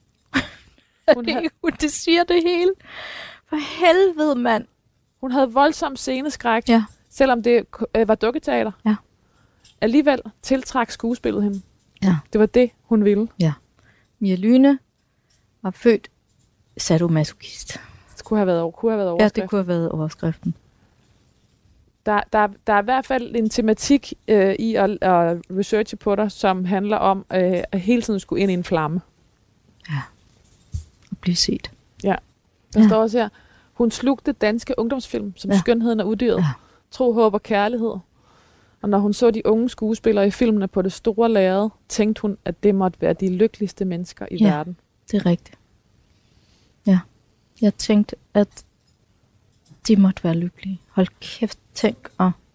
Det siger det hele. For helvede, mand. Hun havde voldsom sceneskræk, ja. Selvom det var dukketeater. Ja. Alligevel tiltrak skuespillet hende. Ja. Det var det, hun ville. Ja. Mia Lyhne var født sadomasochist. Det kunne have været overskriften. Ja, det kunne have været overskriften. Der er i hvert fald en tematik i at researche på dig, som handler om at hele tiden skulle ind i en flamme. Ja. Og blive set. Ja. Der står også her, hun slugte danske ungdomsfilm som Skønheden og Udyret, Tro, Håb og Kærlighed. Og når hun så de unge skuespillere i filmene på det store lærred, tænkte hun, at det måtte være de lykkeligste mennesker i verden. Det er rigtigt. Ja. Jeg tænkte, at de måtte være lykkelige. Hold kæft, tænk.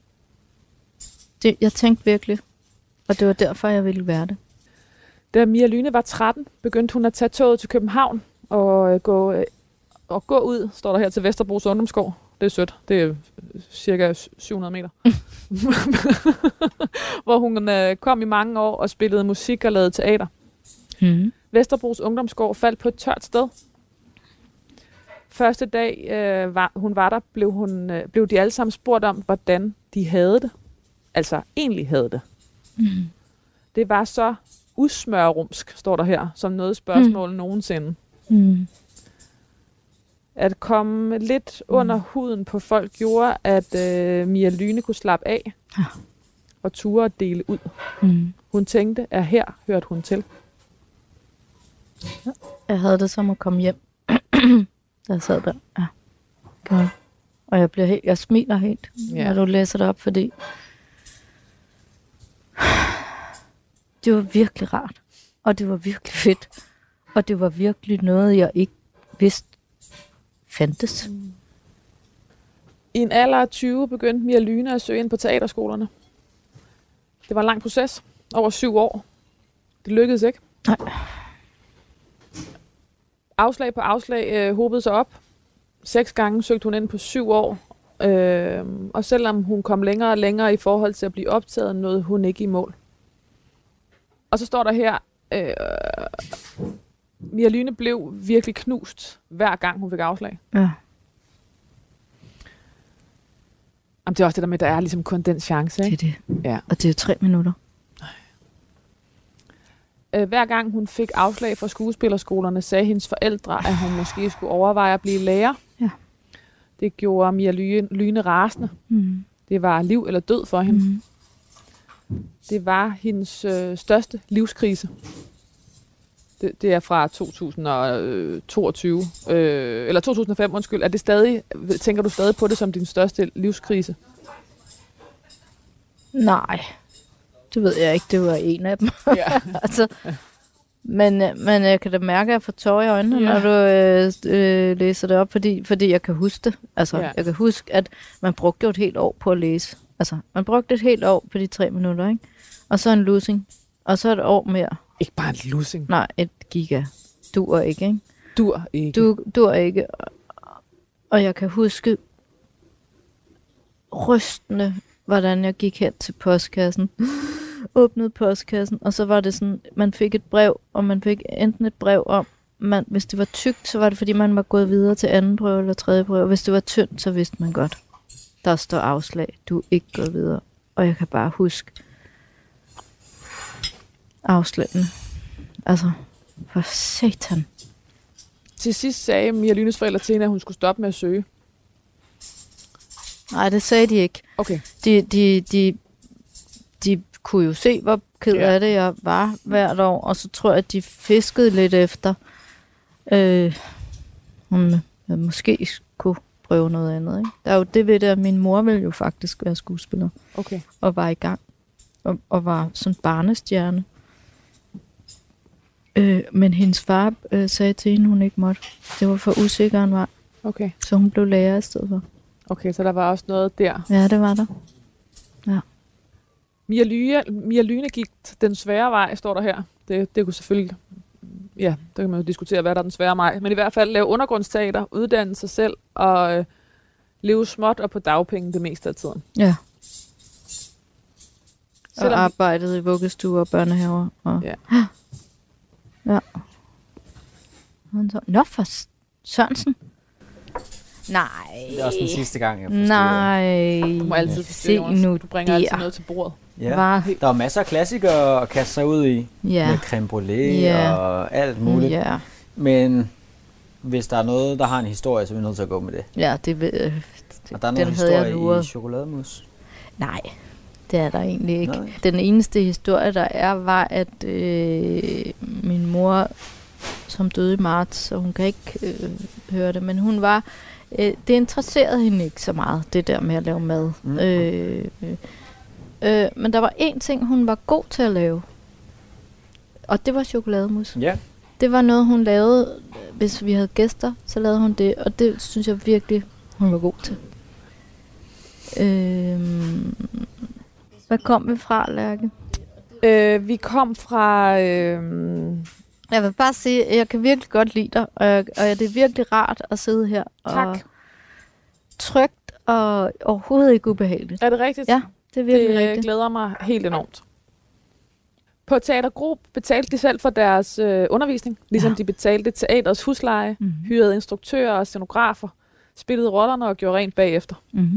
Jeg tænkte virkelig, og det var derfor, jeg ville være det. Da Mia Lyhne var 13, begyndte hun at tage toget til København og gå ud, står der her, til Vesterbros Ungdomsgård. Det er sødt. Det er cirka 700 meter. Hvor hun kom i mange år og spillede musik og lavede teater. Vesterbros Ungdomsgård faldt på et tørt sted. Første dag hun var der, blev de alle sammen spurgt om, hvordan de havde det. Altså egentlig havde det. Det var så usmørrumsk, står der her, som noget spørgsmål nogensinde. At komme lidt under huden på folk gjorde, at Mia Lyhne kunne slappe af og ture at dele ud. Hun tænkte, at her hørte hun til. Jeg havde det som at komme hjem, da jeg sad der. Ja. Okay. Og jeg smiler helt, når du læser det op, fordi det var virkelig rart. Og det var virkelig fedt. Og det var virkelig noget, jeg ikke vidste fandtes. I en alder af 20 begyndte Mia Lyhne at søge ind på teaterskolerne. Det var en lang proces. Over 7 år. Det lykkedes ikke. Nej. Afslag på afslag hobede sig op. 6 gange søgte hun ind på 7 år. Og selvom hun kom længere og længere i forhold til at blive optaget, nåede hun ikke i mål. Og så står der her, Mia Lyhne blev virkelig knust, hver gang hun fik afslag. Ja. Jamen, det er også det der med, at der er ligesom kun den chance, ikke? Det er det. Ja. Og det er jo 3 minutter. Hver gang hun fik afslag fra skuespillerskolerne, sagde hendes forældre, at hun måske skulle overveje at blive lærer. Ja. Det gjorde Mia Lyne rasende. Det var liv eller død for hende. Det var hendes største livskrise. Det er fra 2022, eller 2005, undskyld. Er det stadig, tænker du stadig på det som din største livskrise? Nej, det ved jeg ikke. Det var en af dem. Ja. Altså, men jeg kan da mærke, at jeg får tårer i øjnene, når du læser det op, fordi jeg kan huske det. Altså, jeg kan huske, at man brugte jo et helt år på at læse. Altså, man brugte et helt år på de 3 minutter, ikke? Og så en losing. Og så et år mere. Ikke bare en lussing. Nej, et giga. Dur ikke, ikke? Dur ikke. Dur ikke. Og jeg kan huske rystende, hvordan jeg gik hen til postkassen. Åbnede postkassen, og så var det sådan, man fik et brev, og man fik enten et brev om, hvis det var tykt, så var det fordi, man var gået videre til anden prøve eller tredje prøve. Hvis det var tyndt, så vidste man godt. Der står afslag. Du er ikke gået videre. Og jeg kan bare huske afslagene. Altså, for satan. Til sidst sagde Mia Lynes forældre til hende, at hun skulle stoppe med at søge. Nej, det sagde de ikke. Okay. De kunne jo se, hvor ked af det jeg var hvert år, og så tror jeg, at de fiskede lidt efter, om jeg måske skulle prøve noget andet. Ikke? Der er jo det ved det, at min mor ville jo faktisk være skuespiller. Okay. Og var i gang. Og var sådan barnestjerne. Men hendes far sagde til hende, hun ikke måtte. Det var for usikker en vej. Okay. Så hun blev lærer i stedet for. Okay, så der var også noget der. Ja, det var der. Ja. Mia Lyne gik den svære vej, står der her. Det kunne selvfølgelig... Ja, der kan man jo diskutere, hvad der er den svære vej. Men i hvert fald lave undergrundsteater, uddanne sig selv og leve småt og på dagpenge det meste af tiden. Ja. Selvom og arbejdede i vuggestuer og børnehaver. Og... Ja. Ja. Nå, for Sørensen. Nej. Det er også den sidste gang, jeg forstår. Nej. Du må altid forstå, nu du bringer altid noget til bordet. Ja. Der er masser af klassikere at kaste sig ud i. Ja. Med creme brûlée og alt muligt. Ja. Men hvis der er noget, der har en historie, så er vi nødt til at gå med det. Ja, det ved og der er noget historie i chokolademus. Nej, det er der egentlig ikke. Nej. Den eneste historie, der er, var, at min mor, som døde i marts, så hun kan ikke høre det, men hun var... det interesserede hende ikke så meget, det der med at lave mad. Men der var én ting, hun var god til at lave. Og det var chokolademus. Ja. Det var noget, hun lavede, hvis vi havde gæster, så lavede hun det. Og det synes jeg virkelig, hun var god til. Hvad kom vi fra, Lærke? Vi kom fra... Jeg vil bare sige, at jeg kan virkelig godt lide dig. Og det er virkelig rart at sidde her. Tak. Og trygt og overhovedet ikke ubehageligt. Er det rigtigt? Ja, det er virkelig rigtigt. Det glæder mig helt enormt. På Teater Group betalte de selv for deres undervisning, ligesom de betalte teaters husleje, hyrede instruktører og scenografer, spillede rollerne og gjorde rent bagefter.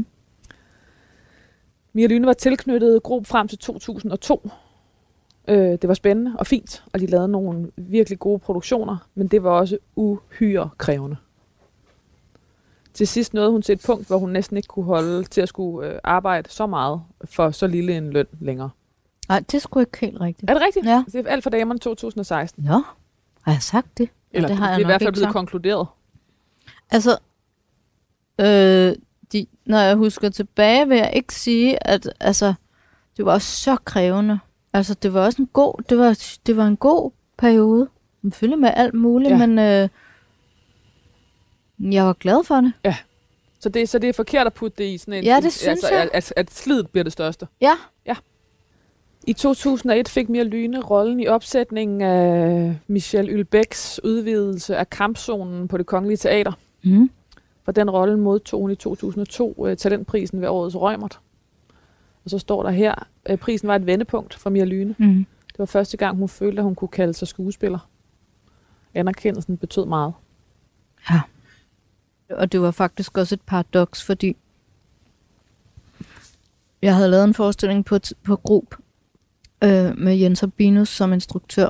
Mia Lyne var tilknyttet Group frem til 2002. Det var spændende og fint, og de lavede nogle virkelig gode produktioner, men det var også uhyre krævende. Til sidst nåede hun til et punkt, hvor hun næsten ikke kunne holde til at skulle arbejde så meget for så lille en løn længere. Nej, det er sgu ikke helt rigtigt. Er det rigtigt? Ja. Det er alt for damerne 2016. Nå, har jeg sagt det? Eller det har jeg det er i hvert fald ikke blevet sagt. konkluderet. Altså, når jeg husker tilbage, vil jeg ikke sige, at altså, det var også så krævende. Altså, det var også en god, det var en god periode. Man følger med alt muligt, men jeg var glad for det. Ja. Så det er forkert at putte det i sådan en... Ja, det synes jeg. At slidet bliver det største. Ja. I 2001 fik Mia Lyne rollen i opsætningen af Michel Houellebecqs udvidelse af Kampzonen på Det Kongelige Teater. For den rolle modtog hun i 2002 talentprisen ved årets Reumert. Og så står der her, prisen var et vendepunkt for Mia Lyne. Det var første gang, hun følte, at hun kunne kalde sig skuespiller. Anerkendelsen betød meget. Ja. Og det var faktisk også et paradoks, fordi jeg havde lavet en forestilling på Grub med Jens Albinus som instruktør.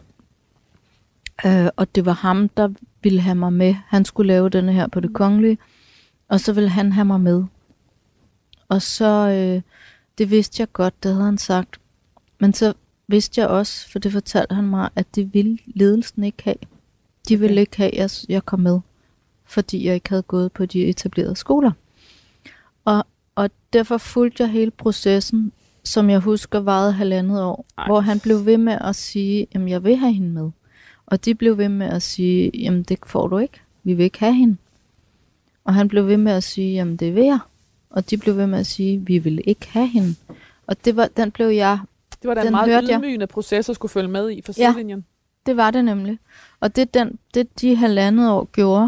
Og det var ham, der ville have mig med. Han skulle lave denne her på Det Kongelige, og så ville han have mig med. Og så, det vidste jeg godt, det havde han sagt. Men så vidste jeg også, for det fortalte han mig, at det ville ledelsen ikke have. De ville ikke have, at jeg kom med, fordi jeg ikke havde gået på de etablerede skoler. Og derfor fulgte jeg hele processen, som jeg husker varede 1,5 år, hvor han blev ved med at sige, jamen jeg vil have hende med. Og de blev ved med at sige, jamen det får du ikke, vi vil ikke have hende. Og han blev ved med at sige, jamen det vil jeg. Og de blev ved med at sige, vi vil ikke have hende. Og det var, den blev jeg... Det var da en meget ydmygende proces at skulle følge med i for sidelinjen. Ja, det var det nemlig. Og det de 1,5 år gjorde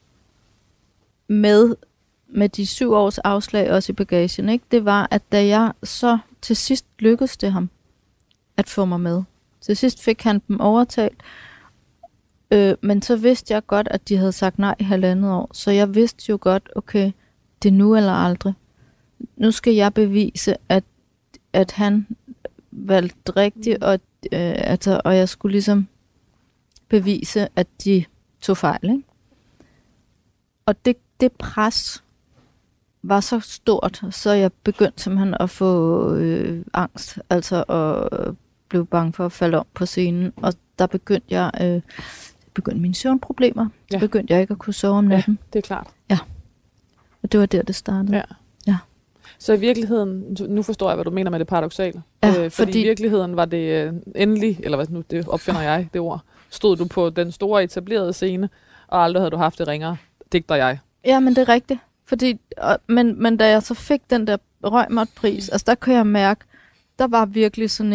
med de 7 års afslag også i bagagen, ikke? Det var, at da jeg så til sidst lykkedes det ham at få mig med. Til sidst fik han dem overtalt. Men så vidste jeg godt, at de havde sagt nej i 1,5 år. Så jeg vidste jo godt, okay, det er nu eller aldrig. Nu skal jeg bevise, at han valgte rigtigt, og jeg skulle ligesom bevise, at de tog fejl, ikke? Og det pres var så stort, så jeg begyndte simpelthen at få angst, altså og blev bange for at falde om på scenen, og der begyndte mine søvnproblemer. Ja. Så begyndte jeg ikke at kunne sove om natten. Ja, det er klart. Ja, og det var der, det startede. Ja. Så i virkeligheden, nu forstår jeg, hvad du mener med det paradoksale. Ja, fordi i virkeligheden var det endelig, eller hvad nu, det opfinder jeg, det ord, stod du på den store etablerede scene, og aldrig havde du haft det ringere, digter jeg. Ja, men det er rigtigt. Fordi, men da jeg så fik den der Reumert-pris, altså der kunne jeg mærke, der var virkelig sådan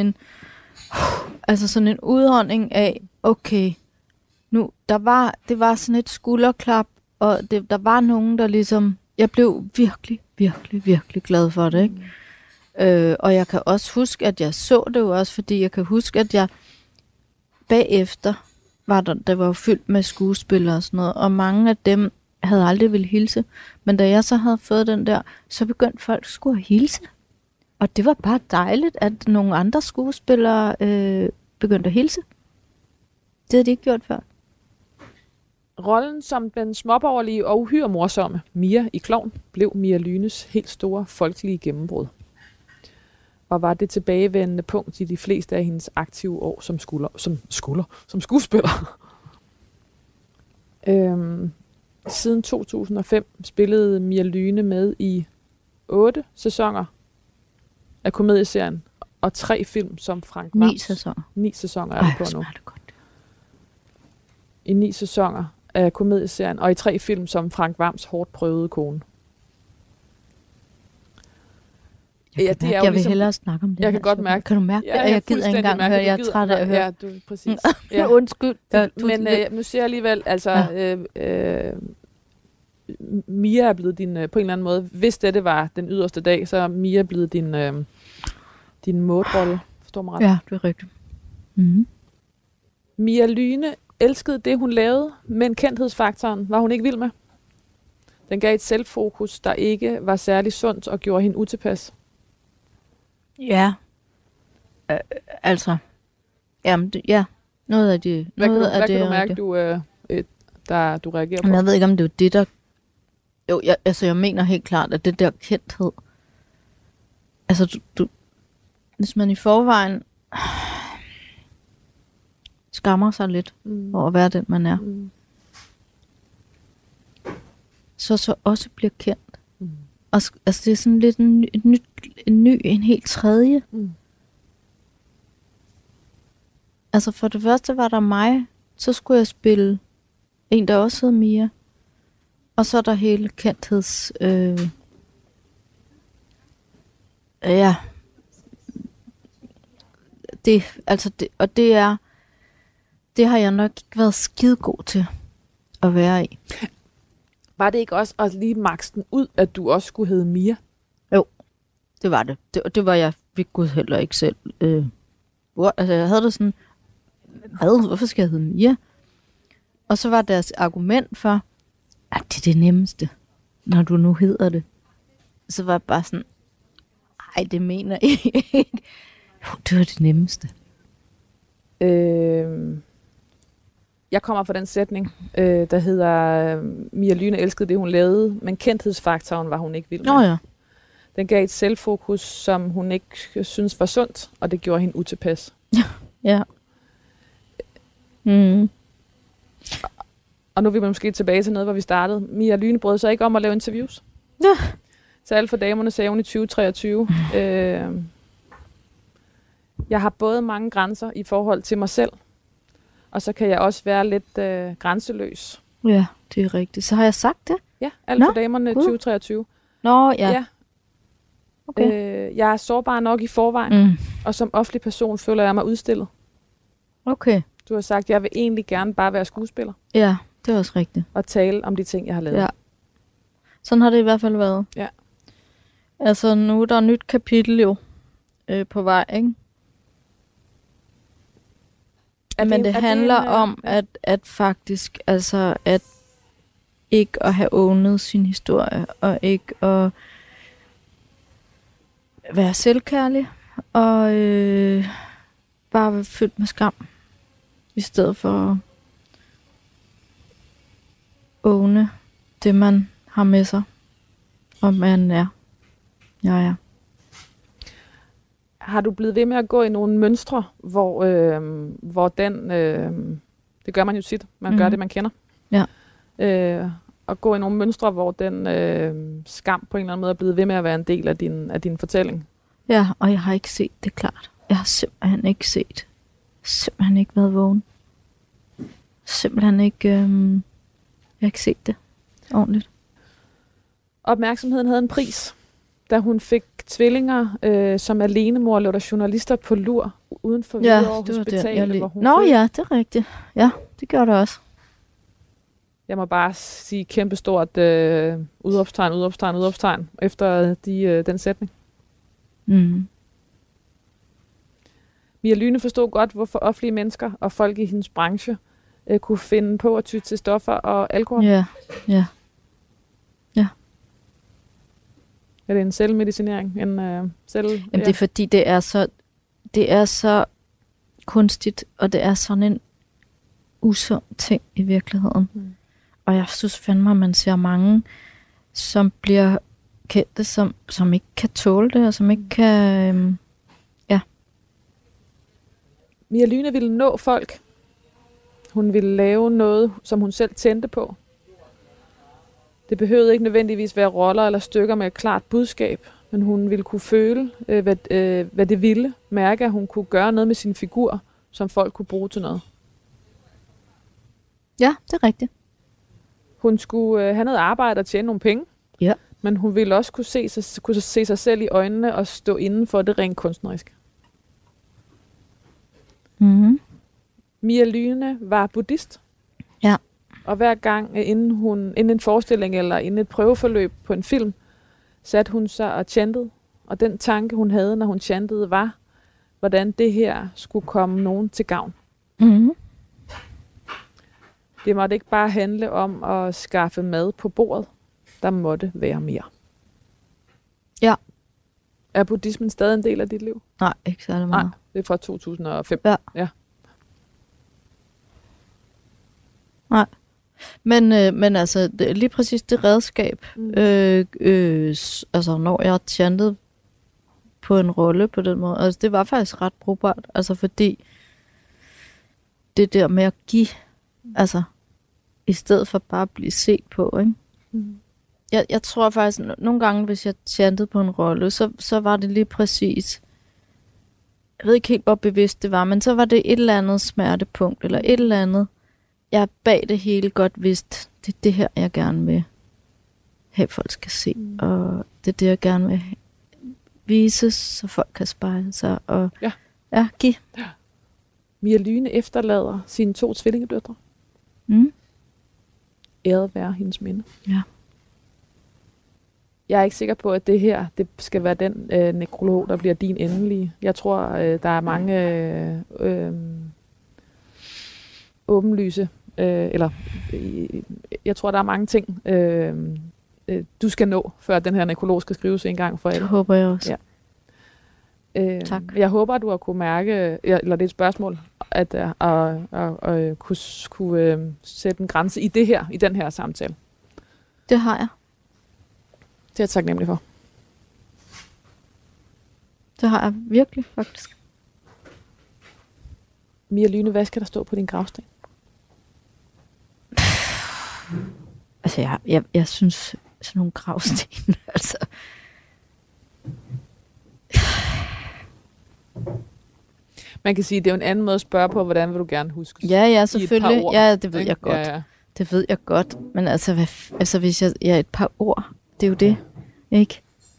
en udånding af, okay, nu, det var sådan et skulderklap, og der var nogen, der ligesom, jeg blev virkelig, virkelig, virkelig glad for det, ikke? Og jeg kan også huske, at jeg så det jo også, fordi jeg kan huske, at jeg bagefter der var jo fyldt med skuespillere og sådan noget, og mange af dem havde aldrig ville hilse. Men da jeg så havde fået den der, så begyndte folk skulle hilse. Og det var bare dejligt, at nogle andre skuespillere begyndte at hilse. Det havde de ikke gjort før. Rollen som den småborgerlige og uhyre morsomme Mia i Klovn blev Mia Lyhnes helt store folkelige gennembrud. Og var det tilbagevendende punkt i de fleste af hendes aktive år som skuespiller. Siden 2005 spillede Mia Lyhne med i 8 sæsoner af komedieserien, og 3 film som Frank Hvams. 9 sæsoner. 9 sæsoner er det på nu. Det godt. I 9 sæsoner af komedieserien, og i 3 film som Frank Hvams hårdt prøvede kone. Jeg vil hellere snakke om det. Jeg kan godt mærke. Kan du mærke? Ja, jeg gider ikke engang høre, jeg er træt af at høre. Ja, du præcis. Ja. Undskyld. Men nu siger jeg alligevel, altså, Mia er blevet din, på en eller anden måde, hvis dette var den yderste dag, så er Mia blevet din modrolle. Forstår mig ret? Ja, det er rigtigt. Mm-hmm. Mia Lyhne elskede det, hun lavede, men kendthedsfaktoren var hun ikke vild med. Den gav et selvfokus, der ikke var særlig sundt og gjorde hende utilpas. Ja. Altså. Jamen, ja. Noget af det. Hvad kan du mærke, du reagerer på? Jeg ved ikke, om det er det, der... Jo, jeg mener helt klart, at det der kendthed... Altså, hvis man i forvejen skammer sig lidt over at være den, man er, så også bliver kendt. Og altså, det er sådan lidt en helt tredje. Altså, for det første var der mig, så skulle jeg spille en, der også hed Mia. Og så er der hele kendtheds... ja. Det har jeg nok ikke været skidegod til at være i. Var det ikke også at lige makse den ud, at du også skulle hedde Mia? Jo, det var det. Det var jeg ved Gud heller ikke selv. Altså, jeg havde det sådan, hvorfor skal jeg hedde Mia? Og så var deres argument for, at det er det nemmeste, når du nu hedder det. Så var jeg bare sådan, Nej, det mener jeg ikke. Det var det nemmeste. Jeg kommer fra den sætning, der hedder, Mia Lyhne elskede det, hun lavede, men kendthedsfaktoren var hun ikke vild med. Ja. Den gav et selvfokus, som hun ikke synes var sundt, og det gjorde hende utilpas. Ja. Mm. Og nu er vi måske tilbage til noget, hvor vi startede. Mia Lyhne brød sig ikke om at lave interviews. Ja. Så Alt for damerne sagde hun i 2023. Jeg har både mange grænser i forhold til mig selv, og så kan jeg også være lidt grænseløs. Ja, det er rigtigt. Så har jeg sagt det? Ja, Alt for damerne 2023. Nå, ja. Okay. Jeg er sårbar nok i forvejen, og som offentlig person føler jeg mig udstillet. Okay. Du har sagt, at jeg vil egentlig gerne bare være skuespiller. Ja, det er også rigtigt. Og tale om de ting, jeg har lavet. Ja. Sådan har det i hvert fald været. Ja. Altså, nu er der et nyt kapitel jo på vej, ikke? Men det handler om, at faktisk, altså, at ikke at have ownet sin historie, og ikke at være selvkærlig, og bare være fyldt med skam, i stedet for at owne det, man har med sig, og man er. Jeg er. Har du blevet ved med at gå i nogle mønstre, hvor den, det gør man jo tit, man gør det, man kender. Ja. Og gå i nogle mønstre, hvor den skam på en eller anden måde er blevet ved med at være en del af din fortælling. Ja, og jeg har ikke set det klart. Jeg har simpelthen ikke været vågen. Simpelthen ikke, jeg har ikke set det ordentligt. Opmærksomheden havde en pris, da hun fik tvillinger, som alenemor, lå der journalister på lur uden for Hvidovre Hospital, hvor hun Nå ja, det er rigtigt. Ja, det gør det også. Jeg må bare sige kæmpestort udopstegn efter den sætning. Mm. Mia Lyhne forstod godt, hvorfor offentlige mennesker og folk i hendes branche kunne finde på at ty til stoffer og alkohol. Ja. Er det en selvmedicinering? Jamen, det er fordi, det er så kunstigt, og det er sådan en usund ting i virkeligheden. Mm. Og jeg synes fandme, at man ser mange, som bliver kendte, som ikke kan tåle det, og som ikke kan... Mia Lyhne ville nå folk. Hun ville lave noget, som hun selv tændte på. Det behøvede ikke nødvendigvis være roller eller stykker med et klart budskab, men hun ville kunne føle, hvad det ville. Mærke, at hun kunne gøre noget med sin figur, som folk kunne bruge til noget. Ja, det er rigtigt. Hun skulle have noget arbejde og tjene nogle penge, men hun ville også kunne se sig selv i øjnene og stå inden for det rent kunstneriske. Mm-hmm. Mia Lyhne var buddhist. Ja. Og hver gang inden en forestilling eller inden et prøveforløb på en film, satte hun sig og chantede. Og den tanke, hun havde, når hun chantede, var, hvordan det her skulle komme nogen til gavn. Mm-hmm. Det måtte ikke bare handle om at skaffe mad på bordet. Der måtte være mere. Ja. Er buddhismen stadig en del af dit liv? Nej, ikke særlig meget. Nej, det er fra 2005. Ja. Nej. Men altså, lige præcis det redskab, altså når jeg chantede på en rolle på den måde, altså det var faktisk ret brugbart, altså fordi det der med at give, altså i stedet for bare at blive set på, ikke? Mm. Jeg tror faktisk, nogle gange, hvis jeg chantede på en rolle, så var det lige præcis, jeg ved ikke helt, hvor bevidst det var, men så var det et eller andet smertepunkt, eller et eller andet, jeg bag det hele godt vidste, det er det her, jeg gerne vil have, folk skal se, og det er det, jeg gerne vil vise, så folk kan spejle sig, og give. Ja. Mia Lyhne efterlader sine 2 tvillingedøtre. Æret være hendes minde. Ja. Jeg er ikke sikker på, at det her det skal være den nekrolog, der bliver din endelige. Jeg tror, der er mange åbenlyse, jeg tror, der er mange ting, du skal nå, før den her nekrolog skal skrives en gang for alle. Det håber jeg også. Ja. Tak. Jeg håber, at du har kunne mærke, eller det er et spørgsmål, at kunne sætte en grænse i den her samtale. Det har jeg. Det er jeg taknemmelig for. Det har jeg virkelig, faktisk. Mia Lyhne, hvad skal der stå på din gravsten? Altså, jeg synes, sådan nogle gravsten, altså... Man kan sige, at det er jo en anden måde at spørge på, hvordan vil du gerne huske? Ja, selvfølgelig. Ja, det ved jeg godt. Ja. Det ved jeg godt. Men altså, hvis jeg et par ord, det er jo det, ikke?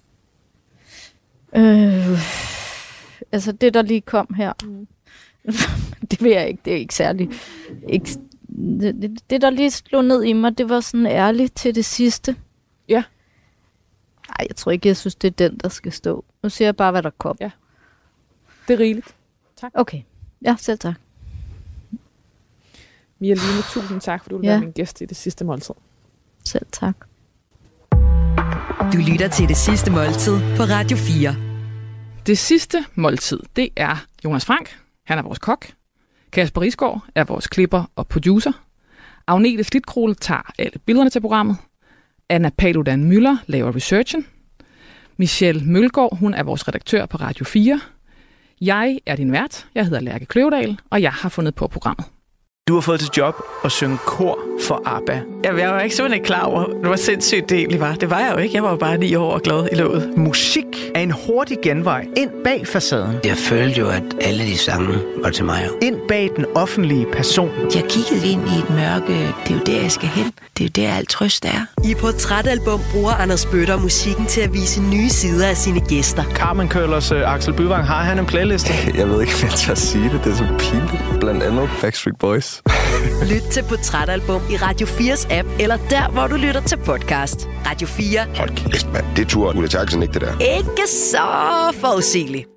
Altså, det der lige kom her, det ved jeg ikke, det er ikke særlig... Det der lige slog ned i mig, det var sådan ærligt til det sidste. Ja. Nej, jeg tror ikke, jeg synes, det er den, der skal stå. Nu siger jeg bare, hvad der kom. Ja. Det er rigeligt. Tak. Okay. Ja, selv tak. Mia Lyhne, tusind tak, for du vil være min gæst i Det Sidste Måltid. Selv tak. Du lytter til Det Sidste Måltid på Radio 4. Det Sidste Måltid, det er Jonas Frank. Han er vores kok. Kasper Risgaard er vores klipper og producer. Agnete Slidkrole tager alle billederne til programmet. Anna Paludan Müller laver researchen. Michelle Mølgaard, hun er vores redaktør på Radio 4. Jeg er din vært. Jeg hedder Lærke Kløvedal, og jeg har fundet på programmet. Du har fået til job at synge kor for ABBA. Jeg var ikke simpelthen klar over, hvor sindssygt det egentlig var. Det var jeg jo ikke. Jeg var jo bare 9 år og glad i låget. Musik er en hurtig genvej ind bag facaden. Jeg følte jo, at alle de sange var til mig. Ind bag den offentlige person. Jeg kiggede ind i et mørke. Det er jo der, jeg skal hen. Det er jo der, alt trøst er. I Portrætalbum bruger Anders Bøtter musikken til at vise nye sider af sine gæster. Carmen Køllers Axel Byvang, har han en playliste? Jeg ved ikke, hvad jeg tør sige det. Det er så pinligt. Blandt andet Backstreet Boys. Lyt til Portrætalbum i Radio 4's app, eller der, hvor du lytter til podcast. Radio 4. Hold kæft, mand. Det turde Ulla Terkelsen ikke, det der. Ikke så forudsigeligt.